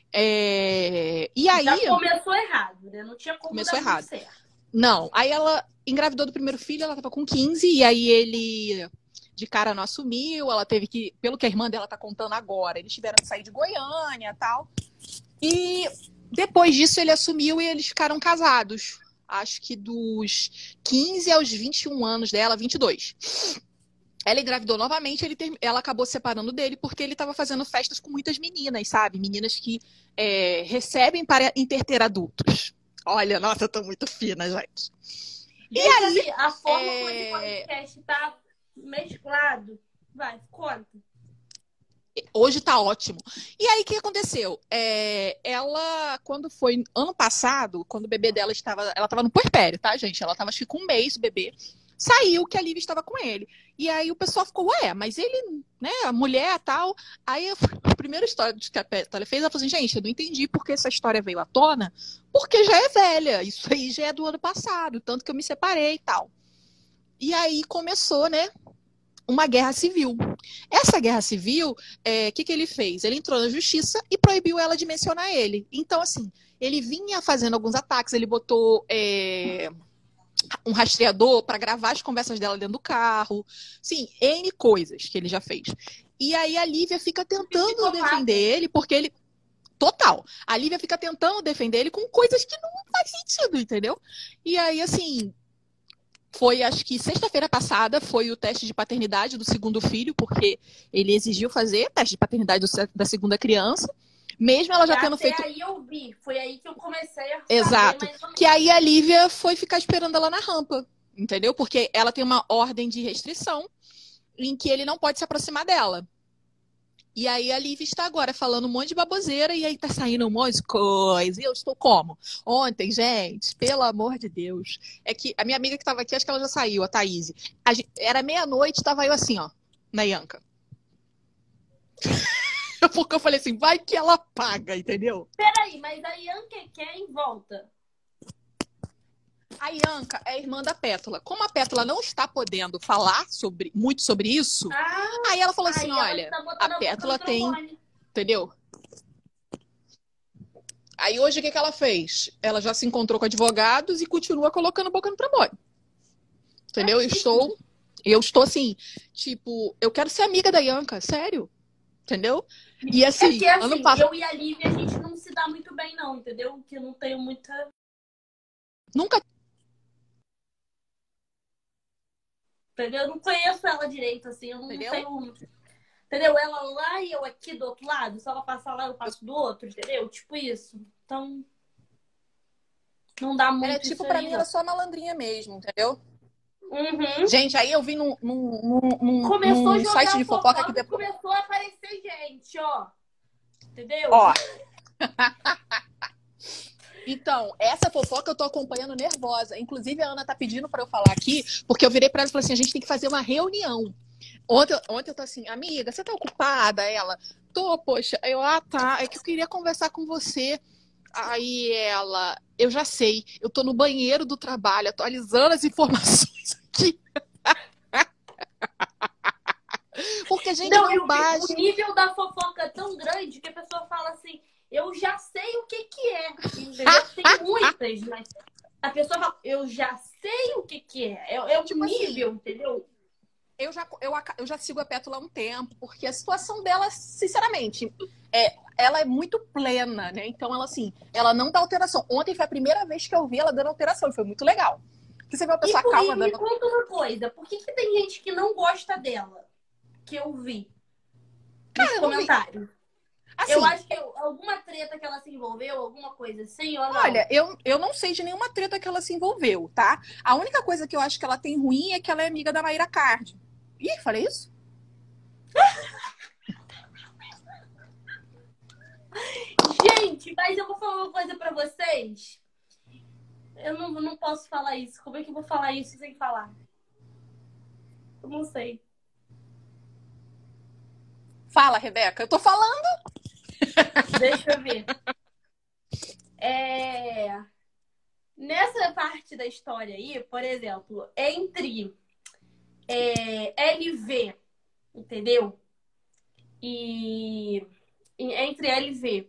S2: E aí...
S1: Já começou errado, né? Não tinha como
S2: começou
S1: dar
S2: errado.
S1: muito certo.
S2: Não, aí ela engravidou do primeiro filho, ela tava com 15, e aí ele de cara não assumiu, ela teve que, pelo que a irmã dela tá contando agora, eles tiveram que sair de Goiânia e tal. E depois disso ele assumiu e eles ficaram casados. Acho que dos 15 aos 21 anos dela, 22. Ela engravidou novamente, ela acabou se separando dele porque ele estava fazendo festas com muitas meninas, sabe? Meninas que recebem para interter adultos. Olha, nossa, eu tô muito fina, gente.
S1: E aí, a forma como esse podcast tá mesclado, vai, conta.
S2: Hoje tá ótimo. E aí, o que aconteceu? Ela, quando foi ano passado, quando o bebê dela ela estava no puerpério, tá, gente? Ela tava, acho que com um mês, o bebê. Saiu que a Lívia estava com ele. E aí o pessoal ficou, mas ele, né, a mulher tal. Aí a primeira história que a Pétala fez, ela falou assim, gente, eu não entendi por que essa história veio à tona, porque já é velha. Isso aí já é do ano passado, tanto que eu me separei e tal. E aí começou, né, uma guerra civil. Essa guerra civil, que ele fez? Ele entrou na justiça e proibiu ela de mencionar ele. Então, assim, ele vinha fazendo alguns ataques, ele botou um rastreador para gravar as conversas dela dentro do carro. Sim, N coisas que ele já fez. E aí a Lívia fica tentando defender ele, porque ele... Total. A Lívia fica tentando defender ele com coisas que não faz sentido, entendeu? E aí, assim... Foi, acho que sexta-feira passada, foi o teste de paternidade do segundo filho, porque ele exigiu fazer teste de paternidade da segunda criança, mesmo ela já tendo feito...
S1: aí eu vi, foi aí que eu comecei a saber.
S2: Exato, que aí a Lívia foi ficar esperando ela na rampa, entendeu? Porque ela tem uma ordem de restrição em que ele não pode se aproximar dela. E aí a Lívia está agora falando um monte de baboseira e aí tá saindo um monte de coisa. E eu estou como? Ontem, gente, pelo amor de Deus. É que a minha amiga que estava aqui, acho que ela já saiu, a Thaís. Era meia-noite, estava eu assim, ó, na Ianca. Porque eu falei assim, vai que ela paga, entendeu?
S1: Peraí, mas a Ianca quer em volta.
S2: A Ianca é irmã da Pétala. Como a Pétala não está podendo falar muito sobre isso, aí ela falou assim, olha, a Pétala tem... Entendeu? Aí hoje o que ela fez? Ela já se encontrou com advogados e continua colocando boca no trombone. Entendeu? Eu estou assim, tipo, eu quero ser amiga da Ianca, sério. Entendeu? E assim,
S1: que, assim, ano passado... eu e a Lívia, a gente não se dá muito bem, não, entendeu? Que eu não tenho muita...
S2: Nunca...
S1: Entendeu? Eu não conheço ela direito, assim, eu não tenho... Entendeu? Ela lá e eu aqui do outro lado, se ela passar lá, eu passo do outro, entendeu? Tipo isso. Então, não dá muito.
S2: É tipo, pra mim, ela é só malandrinha mesmo, entendeu?
S1: Uhum.
S2: Gente, aí eu vi num site de fofoca que depois...
S1: Começou a aparecer gente, ó. Entendeu?
S2: Ó. Então, essa fofoca eu tô acompanhando nervosa. Inclusive, a Ana tá pedindo pra eu falar aqui, porque eu virei pra ela e falei assim, a gente tem que fazer uma reunião. Ontem eu tô assim, amiga, você tá ocupada? Ela, tô, poxa. Eu, tá, é que eu queria conversar com você. Aí ela, eu já sei, eu tô no banheiro do trabalho, atualizando as informações aqui. Porque a gente não baixa.
S1: O nível da fofoca é tão grande que a pessoa fala assim, eu já sei o que é. Entendeu? Tem muitas, mas a pessoa fala, eu já sei o que é. É o
S2: tipo
S1: nível,
S2: assim,
S1: entendeu?
S2: Eu já sigo a Pétala há um tempo, porque a situação dela, sinceramente, ela é muito plena, né? Então, ela assim, ela não dá alteração. Ontem foi a primeira vez que eu vi ela dando alteração, e foi muito legal. Porque você vê uma pessoa calma dando...
S1: Me conta uma coisa, por que tem gente que não gosta dela? Que eu vi nos comentários. Assim, eu acho que alguma treta que ela se envolveu, alguma coisa assim, ou não?
S2: Olha, eu não sei de nenhuma treta que ela se envolveu, tá? A única coisa que eu acho que ela tem ruim é que ela é amiga da Mayra Card. Ih, falei isso?
S1: Gente, mas eu vou falar uma coisa pra vocês. Eu não posso falar isso. Como é que eu vou falar isso sem falar? Eu não sei.
S2: Fala, Rebeca. Eu tô falando.
S1: Deixa eu ver. Nessa parte da história aí, por exemplo, entre LV, entendeu? E entre LV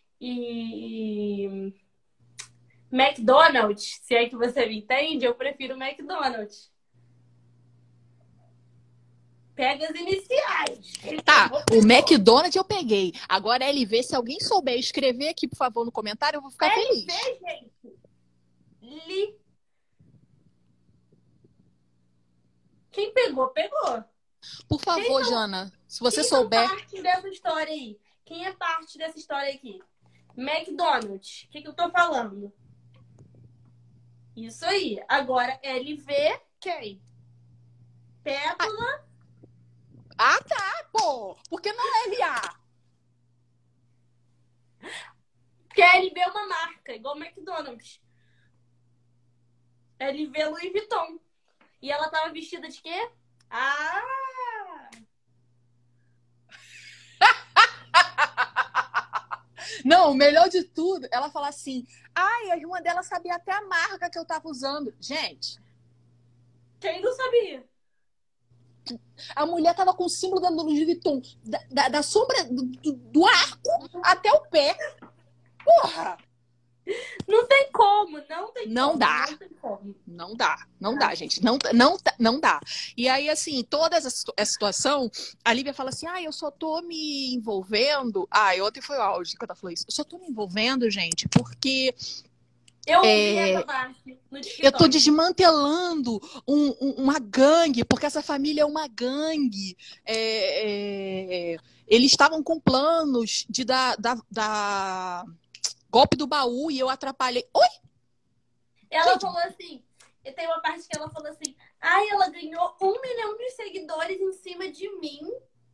S1: e McDonald's, se é que você me entende, eu prefiro McDonald's. Pega as iniciais.
S2: Tá, o McDonald's eu peguei. Agora LV, se alguém souber escrever aqui, por favor, no comentário, eu vou ficar feliz.
S1: LV, gente. Quem pegou, pegou.
S2: Por favor, Jana, se você souber...
S1: Quem é parte dessa história aí? Quem é parte dessa história aqui? McDonald's. O que eu tô falando? Isso aí. Agora, LV, quem? Pétala.
S2: Tá, pô. Por que não LA?
S1: Porque LV é uma marca, igual McDonald's. LV Louis Vuitton. E ela tava vestida de quê?
S2: Não, o melhor de tudo, ela fala assim, a irmã dela sabia até a marca que eu tava usando. Gente.
S1: Quem não sabia?
S2: A mulher tava com o símbolo da Louis Vuitton, da sombra do arco até o pé. Porra!
S1: Não tem como, não tem
S2: Não
S1: como,
S2: dá.
S1: não tem como.
S2: Não dá, gente. Não dá. E aí, assim, toda essa situação, a Lívia fala assim: eu só tô me envolvendo. E ontem foi o áudio que ela falou isso. Eu só tô me envolvendo, gente, porque
S1: Eu ouvi essa parte no
S2: eu tô
S1: TikTok.
S2: desmantelando uma gangue, porque essa família é uma gangue. Eles estavam com planos de dar golpe do baú e eu atrapalhei. Oi,
S1: Ela
S2: gente,
S1: falou assim, e tem uma parte que ela falou assim, ai, ela ganhou 1 milhão de seguidores em cima de mim.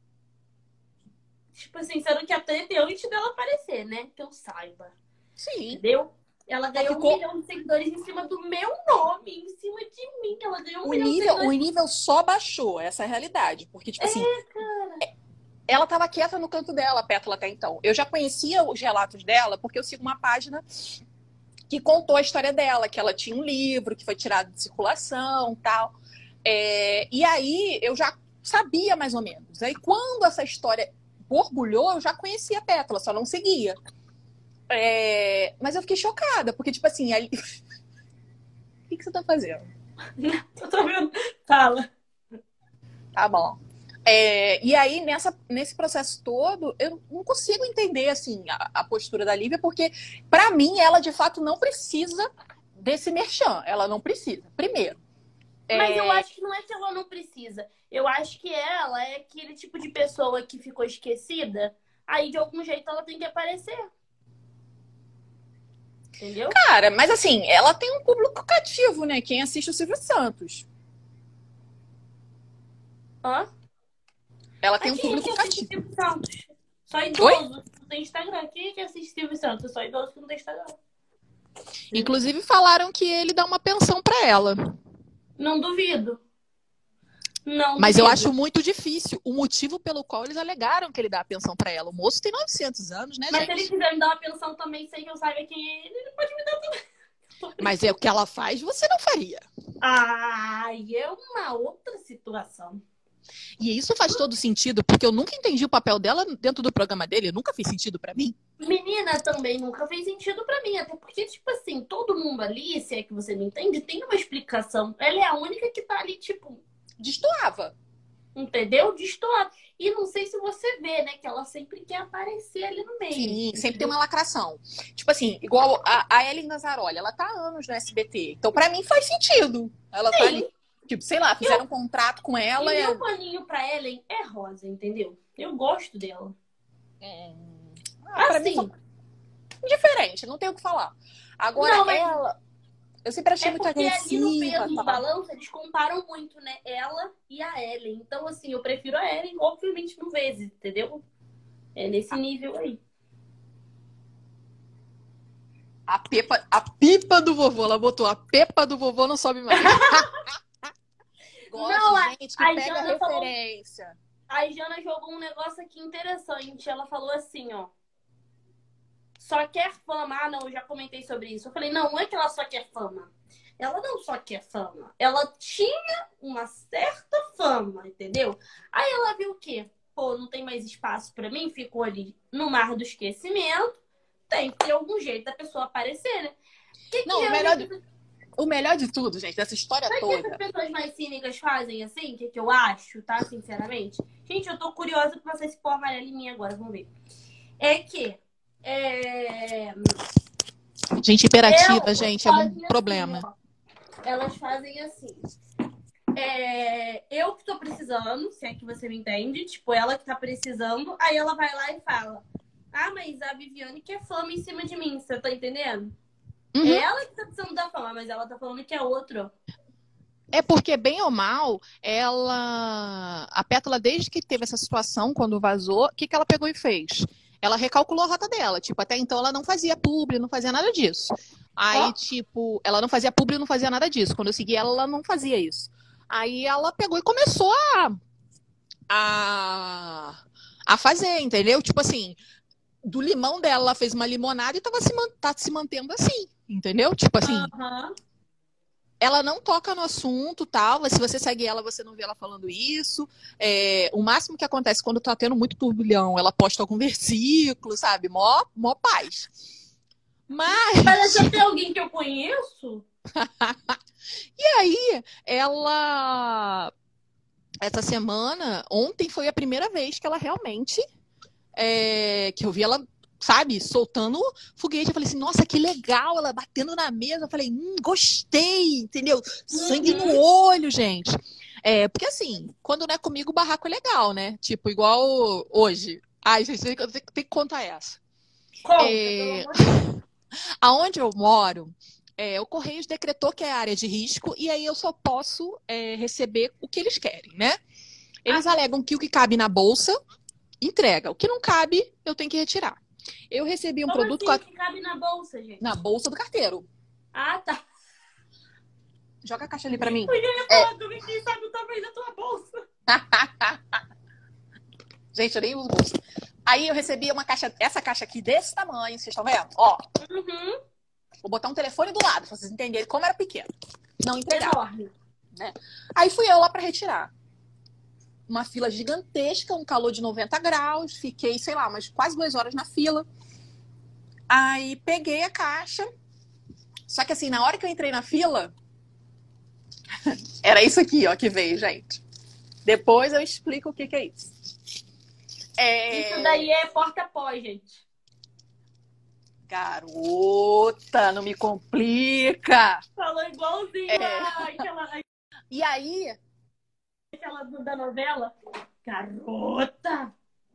S1: Tipo assim, sendo que até antes dela aparecer, né? Que eu saiba.
S2: sim.
S1: Entendeu? Ela
S2: Só
S1: ganhou um
S2: ficou.
S1: milhão de seguidores em cima do meu nome, em cima de mim. Ela ganhou 1 milhão de
S2: O
S1: seguidores.
S2: nível só baixou, essa é a realidade. Porque, tipo assim,
S1: É, cara.
S2: ela estava quieta no canto dela, a Pétala, até então. Eu já conhecia os relatos dela, porque eu sigo uma página que contou a história dela, que ela tinha um livro que foi tirado de circulação tal. E aí eu já sabia mais ou menos. Aí quando essa história borbulhou, eu já conhecia a Pétala, só não seguia. Mas eu fiquei chocada, porque, tipo assim, o que você tá fazendo?
S1: Eu tô vendo. Fala.
S2: Tá bom. E aí, nesse processo todo, eu não consigo entender assim, a postura da Lívia, porque, para mim, ela de fato não precisa desse merchan. Ela não precisa. Primeiro.
S1: Mas eu acho que não é que ela não precisa. Eu acho que ela é aquele tipo de pessoa que ficou esquecida. Aí, de algum jeito, ela tem que aparecer. Entendeu?
S2: Cara, mas assim, ela tem um público cativo, né? Quem assiste o Silvio Santos.
S1: Hã?
S2: Ela tem
S1: Mas
S2: um
S1: quem é
S2: público
S1: que assiste
S2: cativo.
S1: Silvio Santos? Só
S2: Oi?
S1: idoso que não tem Instagram. Quem é que assiste Silvio Santos? Só idoso que não tem Instagram.
S2: Inclusive falaram que ele dá uma pensão pra ela.
S1: Não duvido. Não
S2: Mas eu
S1: duvido.
S2: acho muito difícil o motivo pelo qual eles alegaram que ele dá a pensão pra ela. O moço tem 900 anos, né,
S1: Mas se ele
S2: gente?
S1: quiser me dar uma pensão também, sem que eu saiba quem é ele, ele pode me dar também.
S2: Mas é o que ela faz, você não faria.
S1: Ai, é uma outra situação.
S2: E isso faz todo sentido, porque eu nunca entendi o papel dela dentro do programa dele, nunca fez sentido pra mim.
S1: Menina também nunca fez sentido pra mim, até porque, tipo assim, todo mundo ali, se é que você me entende, tem uma explicação. Ela é a única que tá ali, tipo,
S2: Destoava.
S1: entendeu? Destoada. E não sei se você vê, né, que ela sempre quer aparecer ali no meio.
S2: Sim, sempre tem
S1: entendeu?
S2: uma lacração. Tipo assim, igual a Ellen Nazaroli, ela tá há anos no SBT. Então, pra mim, faz sentido. Ela tá ali, tipo, sei lá, fizeram um contrato com ela.
S1: E meu paninho pra Ellen é rosa, entendeu? Eu gosto dela.
S2: Pra mim,
S1: Assim,
S2: diferente, não tem o que falar. Agora,
S1: não, mas
S2: ela, eu sempre achei
S1: é
S2: muito
S1: porque ali no
S2: agressiva,
S1: peso, no
S2: tá?
S1: balanço, eles comparam muito, né? Ela e a Ellen. Então, assim, eu prefiro a Ellen, obviamente, mil vezes, entendeu? É nesse nível aí.
S2: A pipa do vovô, ela botou a pepa do vovô não sobe mais. Gosto
S1: Não,
S2: de gente que
S1: a
S2: pega
S1: Jana falou.
S2: referência.
S1: A Jana jogou um negócio aqui interessante. Ela falou assim, ó. Só quer fama. Ah, não, eu já comentei sobre isso. Eu falei, não, não é que ela só quer fama. Ela não só quer fama. Ela tinha uma certa fama, entendeu? Aí ela viu o quê? Pô, não tem mais espaço pra mim, ficou ali no mar do esquecimento. Tem que ter algum jeito da pessoa aparecer, né?
S2: Não, o melhor de tudo, gente, dessa história
S1: Sabe o que essas
S2: toda.
S1: pessoas mais cínicas fazem assim? O que eu acho, tá? Sinceramente. Gente, eu tô curiosa pra passar esse pó amarelo em mim agora, vamos ver. É que
S2: Gente hiperativa,
S1: elas
S2: gente, é um
S1: fazem
S2: problema.
S1: assim, ó. Elas fazem assim. Eu que tô precisando, se é que você me entende, tipo, ela que tá precisando, aí ela vai lá e fala: ah, mas a Viviane quer fama em cima de mim, você tá entendendo?
S2: Uhum.
S1: É ela que tá precisando da fama, mas ela tá falando que é outro.
S2: É porque, bem ou mal, a Pétala, desde que teve essa situação, quando vazou, o que ela pegou e fez? Ela recalculou a rota dela. Tipo, até então ela não fazia publi, não fazia nada disso. Aí, tipo, ela não fazia publi, não fazia nada disso. Quando eu segui ela, ela não fazia isso. Aí ela pegou e começou a fazer, entendeu? Tipo assim, do limão dela, ela fez uma limonada e tá se mantendo assim, entendeu? Tipo assim, ela não toca no assunto, tal, mas se você segue ela, você não vê ela falando isso. O máximo que acontece quando tá tendo muito turbilhão, ela posta algum versículo, sabe? Mó paz. Mas
S1: Parece até alguém que eu conheço.
S2: e aí, ela essa semana, ontem foi a primeira vez que ela realmente que eu vi ela, sabe, soltando foguete. Eu falei assim, nossa, que legal, ela batendo na mesa. Eu falei, gostei, entendeu? Sangue no olho, gente. Porque assim, quando não é comigo, o barraco é legal, né? Tipo, igual hoje. Ai, gente, eu tenho que contar essa.
S1: Conta, pelo amor de Deus.
S2: Aonde eu moro, o Correios decretou que é área de risco e aí eu só posso receber o que eles querem, né? Eles alegam que o que cabe na bolsa entrega. O que não cabe, eu tenho que retirar. Eu recebi um
S1: Como
S2: produto
S1: assim que cabe na bolsa, gente?
S2: na bolsa do carteiro.
S1: Ah, tá.
S2: Joga a caixa ali pra mim.
S1: Eu ia falar do ninguém sabe o tamanho da tua bolsa.
S2: Gente, eu nem uso bolsa. Aí eu recebi essa caixa aqui desse tamanho, vocês estão vendo? Ó,
S1: Uhum.
S2: vou botar um telefone do lado, pra vocês entenderem como era pequeno. Não entregava.
S1: Enorme.
S2: Né? Aí fui eu lá pra retirar. Uma fila gigantesca, um calor de 90 graus. Fiquei, sei lá, umas quase 2 horas na fila. Aí peguei a caixa. Só que assim, na hora que eu entrei na fila, era isso aqui, ó, que veio, gente. Depois eu explico o que é isso.
S1: Isso daí é porta-pó, gente.
S2: Garota, não me complica.
S1: Falou igualzinho aquela
S2: E aí,
S1: da novela. Garota!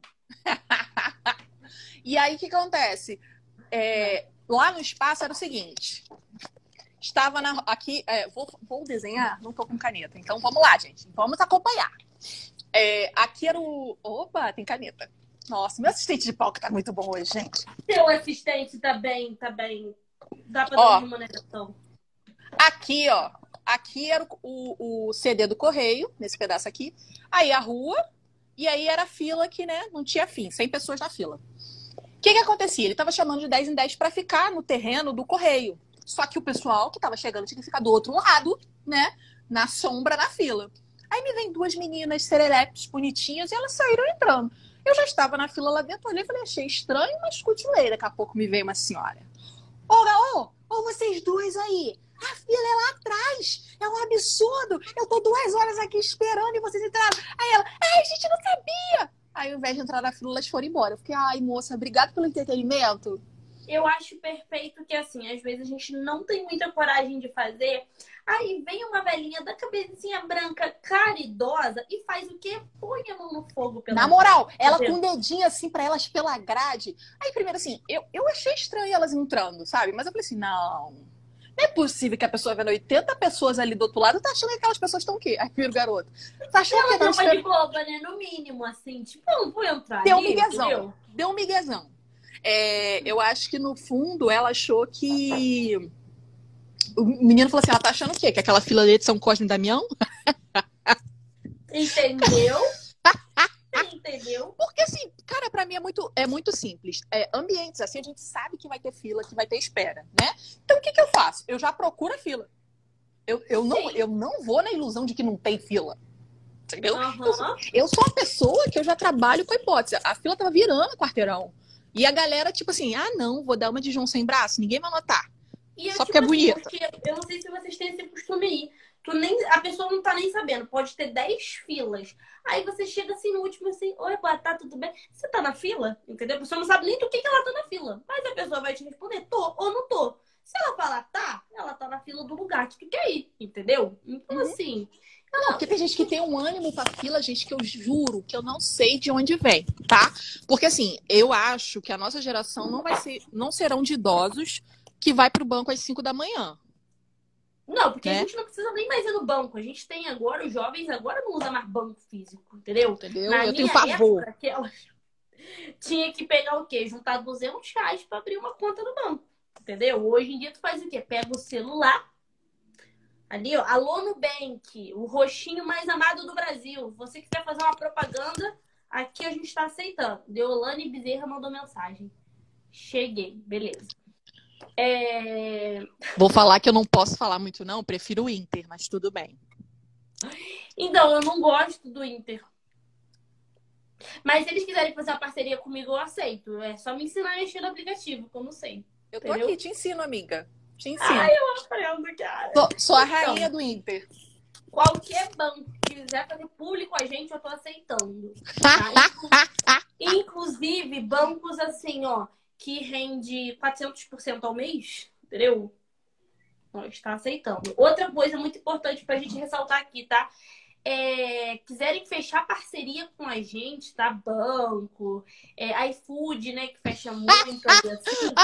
S2: e aí o que acontece? Lá no espaço era o seguinte. Estava aqui, vou desenhar, não tô com caneta. Então vamos lá, gente. Vamos acompanhar. Aqui era o... Opa, tem caneta. Nossa, meu assistente de palco tá muito bom hoje, gente.
S1: Seu assistente tá bem. Dá pra dar remuneração.
S2: Aqui, ó. Aqui era o CD do correio, nesse pedaço aqui. Aí a rua. E aí era a fila que, né, não tinha fim. 100 pessoas na fila. O que acontecia? Ele tava chamando de 10 em 10 para ficar no terreno do correio. Só que o pessoal que tava chegando tinha que ficar do outro lado, né? Na sombra, na fila. Aí me vem 2 meninas serelepes, bonitinhas, e elas saíram entrando. Eu já estava na fila lá dentro, olhei e falei, achei estranho, mas continuei. Daqui a pouco me veio uma senhora. Ô, vocês duas aí. A fila é lá atrás. É um absurdo. Eu tô 2 horas aqui esperando e vocês entraram. Aí ela, a gente não sabia. Aí ao invés de entrar na fila, elas foram embora. Eu fiquei, ai, moça, obrigada pelo entretenimento.
S1: Eu acho perfeito que, assim, às vezes a gente não tem muita coragem de fazer. Aí vem uma velhinha da cabecinha branca, caridosa, e faz o quê? Põe a mão no fogo.
S2: Na moral, ela com o dedinho assim pra elas pela grade. Aí primeiro assim, eu achei estranho elas entrando, sabe? Mas eu falei assim, não é possível que a pessoa vendo 80 pessoas ali do outro lado tá achando que aquelas pessoas estão o quê? Aí primeiro garoto. Tá achando
S1: ela
S2: que
S1: deu uma de boba, né? No mínimo, assim, tipo, eu não vou entrar.
S2: Deu um miguezão. Deu um miguezão. Eu acho que no fundo ela achou que... O menino falou assim, ela tá achando o quê? Que aquela fila ali de São Cosme e Damião?
S1: Entendeu? Entendeu?
S2: Porque assim, cara, pra mim é muito simples. Ambientes assim, a gente sabe que vai ter fila, que vai ter espera, né? Então o que eu faço? Eu já procuro a fila. Eu não vou na ilusão de que não tem fila. Entendeu?
S1: Uhum.
S2: Eu sou uma pessoa que eu já trabalho com a hipótese. A fila tava virando quarteirão. E a galera, tipo assim, não, vou dar uma de João sem braço, ninguém vai notar. Só porque é bonita.
S1: Porque eu não sei se vocês têm esse costume aí. A pessoa não tá nem sabendo. Pode ter 10 filas. Aí você chega assim no último assim, oi, boa, tá tudo bem? Você tá na fila? Entendeu? A pessoa não sabe nem do que ela tá na fila. Mas a pessoa vai te responder, tô ou não tô. Se ela falar tá, ela tá na fila do lugar que tu quer ir. Entendeu? Então, assim...
S2: Não, porque tem gente que tem um ânimo pra fila, gente, que eu juro que eu não sei de onde vem, tá? Porque assim, eu acho que a nossa geração não serão de idosos que vai pro banco às 5 da manhã.
S1: Não, porque a gente não precisa nem mais ir no banco. A gente tem agora, os jovens agora não usam mais banco físico, entendeu?
S2: Eu tenho pavor.
S1: Época, que ela tinha que pegar o quê? Juntar R$ 200 pra abrir uma conta no banco, entendeu? Hoje em dia tu faz o quê? Pega o celular, ali, ó, Alô Nubank, o roxinho mais amado do Brasil. Você que quer fazer uma propaganda, aqui a gente tá aceitando. Deolane Bezerra mandou mensagem. Cheguei, beleza.
S2: Vou falar que eu não posso falar muito, não. Prefiro o Inter, mas tudo bem.
S1: Então, eu não gosto do Inter. Mas se eles quiserem fazer uma parceria comigo, eu aceito. É só me ensinar a mexer no aplicativo, que eu não sei.
S2: Eu tô
S1: entendeu?
S2: aqui, te ensino, amiga. Te ensino.
S1: Ai, eu aprendo, cara.
S2: Sou a
S1: Então,
S2: rainha do Inter.
S1: qualquer banco que quiser fazer público a gente, eu tô aceitando, tá? Inclusive, bancos assim, ó, que rende 400% ao mês, entendeu? Nós tá aceitando. Outra coisa muito importante pra gente ressaltar aqui, tá? Quiserem fechar parceria com a gente, tá? Banco, iFood, né? Que fecha muitas, assim.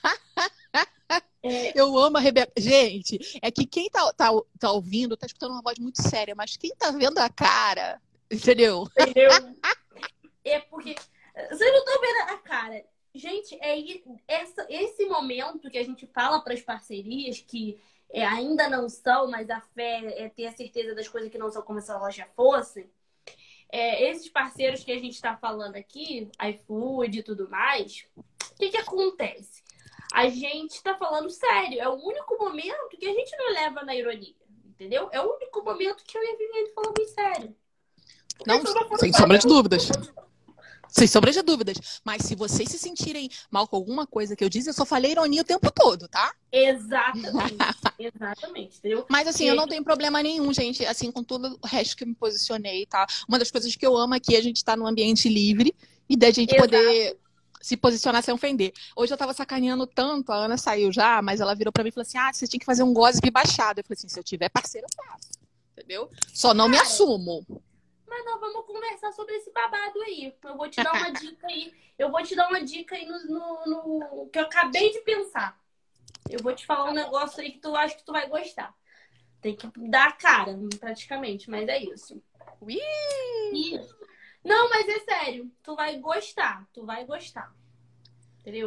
S2: Eu amo a Rebeca. Gente, é que quem tá ouvindo tá escutando uma voz muito séria, mas quem tá vendo a cara, entendeu?
S1: Entendeu? É porque vocês não estão vendo a cara. Gente, esse momento que a gente fala para as parcerias que ainda não são, mas a fé é ter a certeza das coisas que não são como se elas já fossem. Esses parceiros que a gente está falando aqui, iFood e tudo mais, o que acontece? A gente está falando sério. É o único momento que a gente não leva na ironia, entendeu? É o único momento que eu e a Viviane falamos sério.
S2: Não, sem sombra de dúvidas. Sem sombra de dúvidas. Mas se vocês se sentirem mal com alguma coisa que eu disse, eu só falei ironia o tempo todo, tá?
S1: Exatamente. Exatamente, entendeu?
S2: Mas assim, eu não tenho problema nenhum, gente. Assim, com todo o resto que eu me posicionei, tá? Uma das coisas que eu amo aqui é a gente tá num ambiente livre e da gente poder se posicionar sem ofender. Hoje eu tava sacaneando tanto, a Ana saiu já, mas ela virou pra mim e falou assim: você tinha que fazer um gossip baixado. Eu falei assim: se eu tiver parceiro, eu faço. Entendeu? Só não me assumo.
S1: Mas nós vamos conversar sobre esse babado aí. Eu vou te dar uma dica aí. Eu vou te dar uma dica aí no que eu acabei de pensar. Eu vou te falar um negócio aí que tu acha que tu vai gostar. Tem que dar a cara, praticamente, mas é isso. Isso. Não, mas é sério. Tu vai gostar. Tu vai gostar. Entendeu?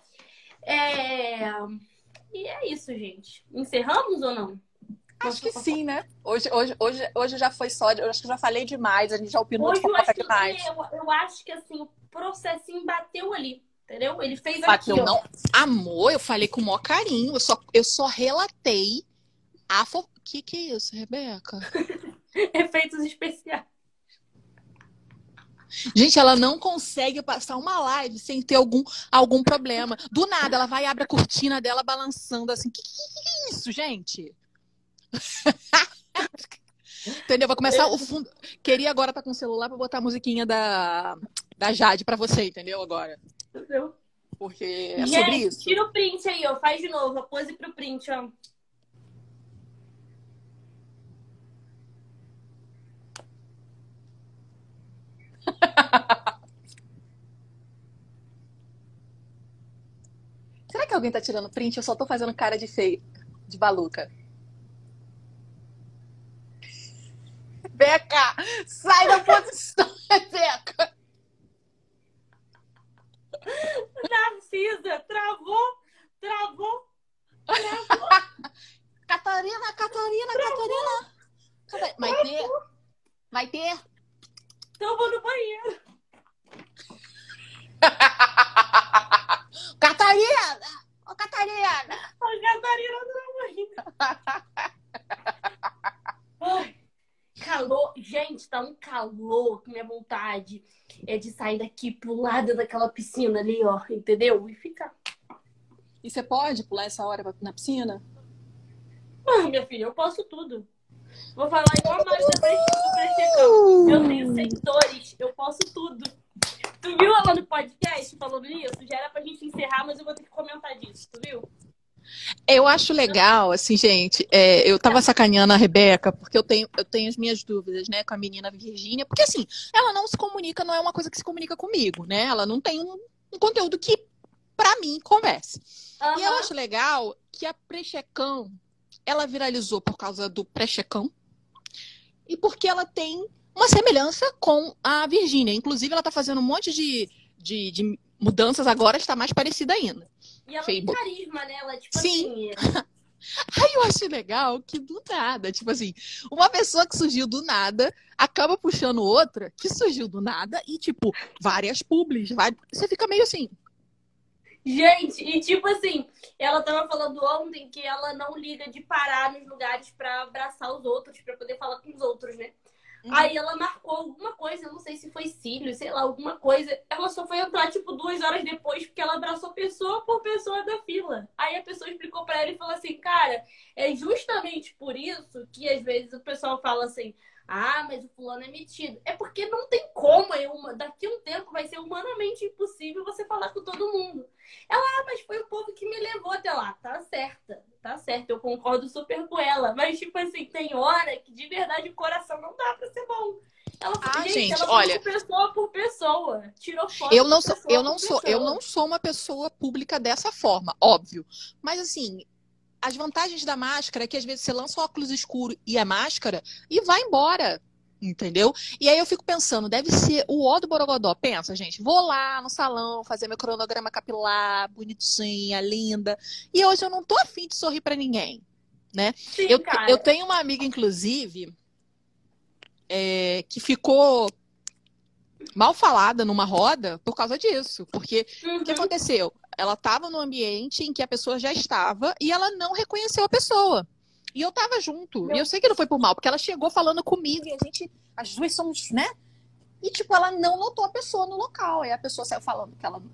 S1: E é isso, gente. Encerramos ou não?
S2: Acho que sim, né? Hoje já foi só. Eu acho que já falei demais. A gente já opinou de fofoca demais.
S1: Eu acho que assim, o processinho bateu ali. Entendeu? Ele fez
S2: bateu,
S1: aqui, ó.
S2: Não. Amor, eu falei com o maior carinho. Eu só relatei a fofoca. Que é isso, Rebeca?
S1: Efeitos especiais.
S2: Gente, ela não consegue passar uma live sem ter algum problema. Do nada, ela vai e abre a cortina dela balançando assim. Que é isso, gente? Entendeu? Vai começar o fundo. Queria agora estar com o celular pra botar a musiquinha da Jade pra você, entendeu? Agora.
S1: Entendeu?
S2: Porque é sobre isso.
S1: Tira o print aí, ó. Faz de novo. A pose pro print, ó.
S2: Será que alguém tá tirando print? Eu só tô fazendo cara de feio, de baluca. Beca! Sai da posição, Beca!
S1: Narcisa, travou.
S2: Catarina. Vai ter?
S1: Então eu vou no banheiro.
S2: Catarina! Ô, Catarina!
S1: A Catarina tá morrendo. Calor. Gente, tá um calor que minha vontade é de sair daqui pro lado daquela piscina ali, ó. Entendeu? E ficar.
S2: E você pode pular essa hora na piscina?
S1: Minha filha, eu posso tudo. Vou falar igual a Mari da Prechecão. Eu tenho seguidores, eu posso tudo. Tu viu ela no podcast falando isso? Já era pra gente encerrar, mas eu vou ter que comentar disso, tu viu?
S2: Eu acho legal, assim, gente, eu tava sacaneando a Rebeca, porque eu tenho as minhas dúvidas, né, com a menina Virgínia, porque assim, ela não se comunica, não é uma coisa que se comunica comigo, né, ela não tem um conteúdo que, pra mim, converse. E eu acho legal que a Prechecão, ela viralizou por causa do Prechecão, e porque ela tem uma semelhança com a Virgínia, inclusive ela tá fazendo um monte de mudanças agora, está mais parecida ainda.
S1: E ela tem carisma, né? Ela, tipo
S2: Sim.
S1: assim...
S2: Aí eu acho legal que do nada, tipo assim, uma pessoa que surgiu do nada acaba puxando outra que surgiu do nada e, tipo, várias publis, você fica meio assim.
S1: Gente, e tipo assim, ela tava falando ontem que ela não liga de parar nos lugares pra abraçar os outros, pra poder falar com os outros, né?
S2: Uhum.
S1: Aí ela marcou alguma coisa, eu não sei se foi cílio, sei lá, alguma coisa. Ela só foi entrar, tipo, 2 horas depois, porque ela abraçou pessoa por pessoa da fila. Aí a pessoa explicou pra ela e falou assim, cara, é justamente por isso que às vezes o pessoal fala assim, ah, mas o fulano é metido. É porque não tem como, daqui a um tempo vai ser humanamente impossível você falar com todo mundo. Ela, ah, mas foi o povo que me levou até lá. Tá certa, eu concordo super com ela. Mas, tipo assim, tem hora que de verdade o coração não dá pra ser bom. Ela,
S2: Ah,
S1: gente,
S2: gente,
S1: ela falou
S2: olha,
S1: com pessoa por pessoa. Tirou foto com pessoa por
S2: eu
S1: pessoa.
S2: não sou uma pessoa pública dessa forma, óbvio. Mas assim, as vantagens da máscara é que às vezes você lança o óculos escuro e a máscara e vai embora. Entendeu? E aí eu fico pensando, deve ser o ó do Borogodó. Pensa, gente, vou lá no salão fazer meu cronograma capilar, bonitinha, linda. E hoje eu não tô afim de sorrir pra ninguém, né?
S1: Sim,
S2: Eu
S1: cara.
S2: tenho uma amiga, inclusive, que ficou mal falada numa roda por causa disso. Porque o que
S1: Uhum.
S2: aconteceu? Ela estava no ambiente em que a pessoa já estava e ela não reconheceu a pessoa. E eu tava junto. E eu
S1: Meu,
S2: sei que não foi por mal, porque ela chegou falando comigo e a gente, as duas somos, né? E, tipo, ela não notou a pessoa no local. Aí a pessoa saiu falando que ela.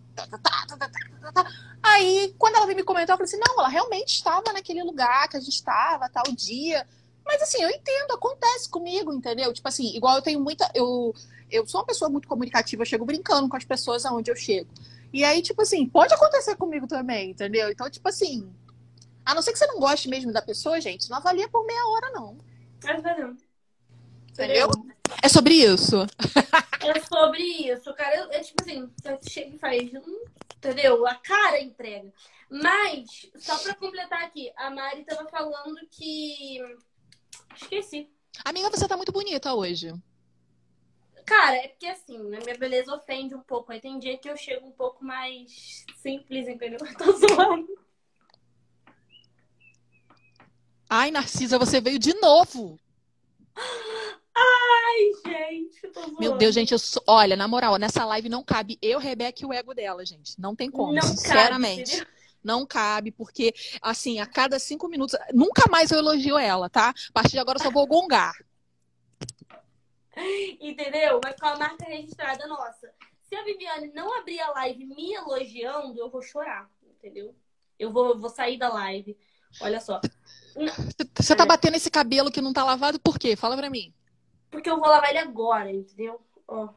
S2: Aí, quando ela veio me comentar, eu falei assim: não, ela realmente estava naquele lugar que a gente estava, tal dia. Mas, assim, eu entendo, acontece comigo, entendeu? Tipo assim, igual eu tenho muita. Eu sou uma pessoa muito comunicativa, eu chego brincando com as pessoas aonde eu chego. E aí, tipo assim, pode acontecer comigo também, entendeu? Então, tipo assim, a não ser que você não goste mesmo da pessoa, gente, não avalia por meia hora, não.
S1: mas não.
S2: Entendeu?
S1: Entendeu?
S2: É sobre isso.
S1: É sobre isso, cara. É tipo assim, você chega e faz, entendeu? A cara entrega. Mas, só pra completar aqui, a Mari tava falando que. Esqueci.
S2: Amiga, você tá muito bonita hoje.
S1: Cara, é porque assim, né? Minha beleza ofende um pouco. Aí tem dia que eu chego um pouco mais simples, entendeu? Tô zoando.
S2: Ai, Narcisa, você veio de novo.
S1: Ai, gente, eu tô
S2: Meu Deus,
S1: zoando.
S2: gente, olha, na moral, nessa live não cabe eu, Rebeca e o ego dela, gente. Não tem como,
S1: Não cabe,
S2: sinceramente.
S1: entendeu?
S2: Não cabe, porque, assim, a cada 5 minutos. Nunca mais eu elogio ela, tá? A partir de agora eu só vou gongar.
S1: Entendeu? Vai ficar uma marca registrada nossa. Se a Viviane não abrir a live me elogiando, eu vou chorar, entendeu? Eu vou sair da live. Olha só. Não,
S2: Você tá batendo esse cabelo que não tá lavado por quê? Fala pra mim.
S1: porque eu vou lavar ele agora, entendeu? Ó.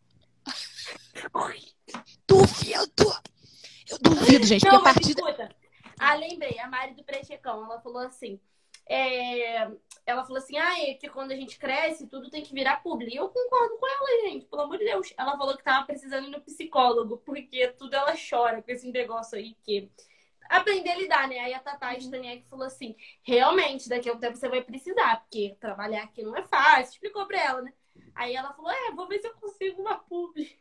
S2: Duvido! Eu duvido, gente, porque a
S1: Não, mas
S2: partir.
S1: escuta. Ah, lembrei, a Mari do Prechecão, ela falou assim. é, Ela falou assim, ah, é que quando a gente cresce, tudo tem que virar publi. E eu concordo com ela, gente, pelo amor de Deus. Ela falou que tava precisando ir no psicólogo, porque tudo ela chora com esse negócio aí que aprender a lidar, né? Aí a Tatá Staniek falou assim: realmente, daqui a um tempo você vai precisar, porque trabalhar aqui não é fácil. Explicou pra ela, né? Aí ela falou: vou ver se eu consigo uma publi.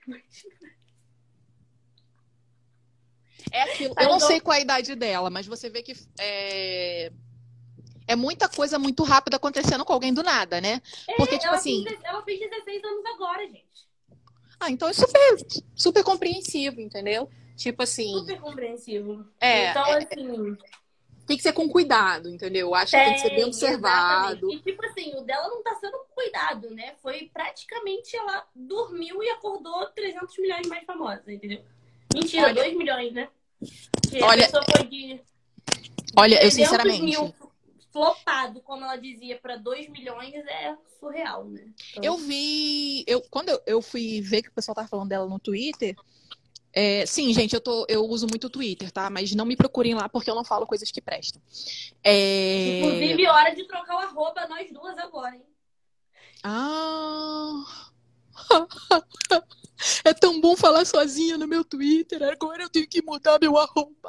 S2: É aquilo. Eu
S1: Aí
S2: não sei
S1: igual.
S2: qual é a idade dela, mas você vê que é muita coisa muito rápida acontecendo com alguém do nada, né? Porque, tipo assim,
S1: Ela fez 16 anos agora, gente.
S2: então é super, super compreensivo, entendeu? Tipo assim,
S1: Super compreensivo.
S2: é,
S1: Então, assim,
S2: tem que ser com cuidado, entendeu? Eu acho que tem que ser bem
S1: exatamente.
S2: observado.
S1: E tipo assim, o dela não tá sendo cuidado, né? Foi praticamente ela dormiu e acordou 300 milhões mais famosa, entendeu? Mentira,
S2: Olha,
S1: 2 milhões, né? Que a
S2: olha,
S1: pessoa foi de
S2: olha, eu
S1: 300
S2: sinceramente,
S1: mil flopado, como ela dizia, para 2 milhões é surreal, né?
S2: eu
S1: Então,
S2: vi, quando eu fui ver que o pessoal tava falando dela no Twitter, sim, gente, eu uso muito o Twitter, tá? Mas não me procurem lá porque eu não falo coisas que prestam.
S1: inclusive, hora de trocar o arroba nós duas agora, hein?
S2: Ah, é tão bom falar sozinha no meu Twitter. Agora eu tenho que mudar meu arroba.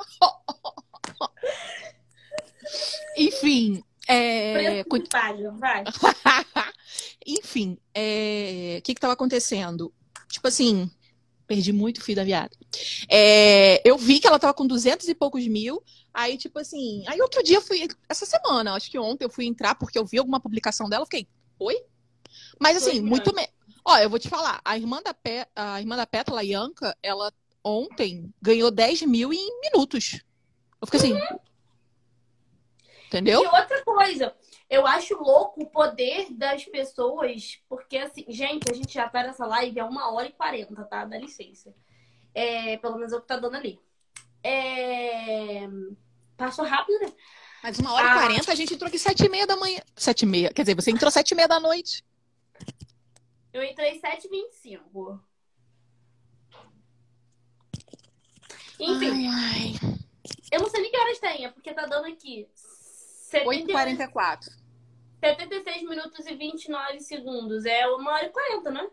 S2: Enfim,
S1: Preço que paga, vai.
S2: enfim, o que estava acontecendo? Tipo assim, perdi muito o fio da viada. Eu vi que ela tava com 200 e poucos mil. Aí, tipo assim, aí outro dia eu fui, essa semana, acho que ontem eu fui entrar porque eu vi alguma publicação dela, fiquei, oi? Mas
S1: 2
S2: assim, muito.
S1: milhões.
S2: Ó, eu vou te falar, a irmã da Pétala, a Ianca, ela ontem ganhou 10 mil em minutos. Eu fiquei assim,
S1: E
S2: entendeu?
S1: outra coisa, Eu acho louco o poder das pessoas, porque assim, gente, a gente já tá nessa live há 1h40, tá? Dá licença. Pelo menos é o que tá dando ali. Passou rápido, né?
S2: Mas 1h40, a gente entrou aqui 7h30 da manhã. 7h30, quer dizer, você entrou 7h30 da noite.
S1: Eu entrei 7h25. Enfim,
S2: Ai.
S1: eu não sei nem que horas tem, porque tá dando aqui
S2: 8h44.
S1: 76 minutos e 29 segundos. É 1h40, né?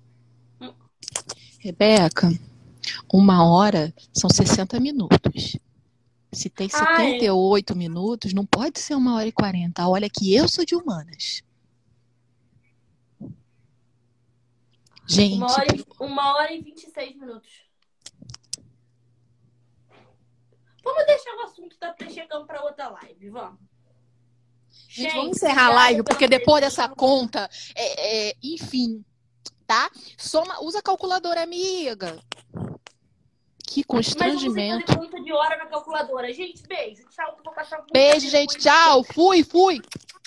S2: Rebeca, 1 hora são 60 minutos. Se tem 78 minutos, não pode ser 1h40. Olha que eu sou de humanas. Gente.
S1: 1h e 26 minutos. Vamos deixar o assunto da pré-checando pra outra live, vamos.
S2: Gente, vamos encerrar a live, porque depois dessa conta, enfim, tá? Usa a calculadora, amiga. Que constrangimento.
S1: Mas eu não sei fazer conta de hora na calculadora. Gente, beijo. Tchau, que eu vou passar.
S2: Beijo, gente. Tchau. Fui.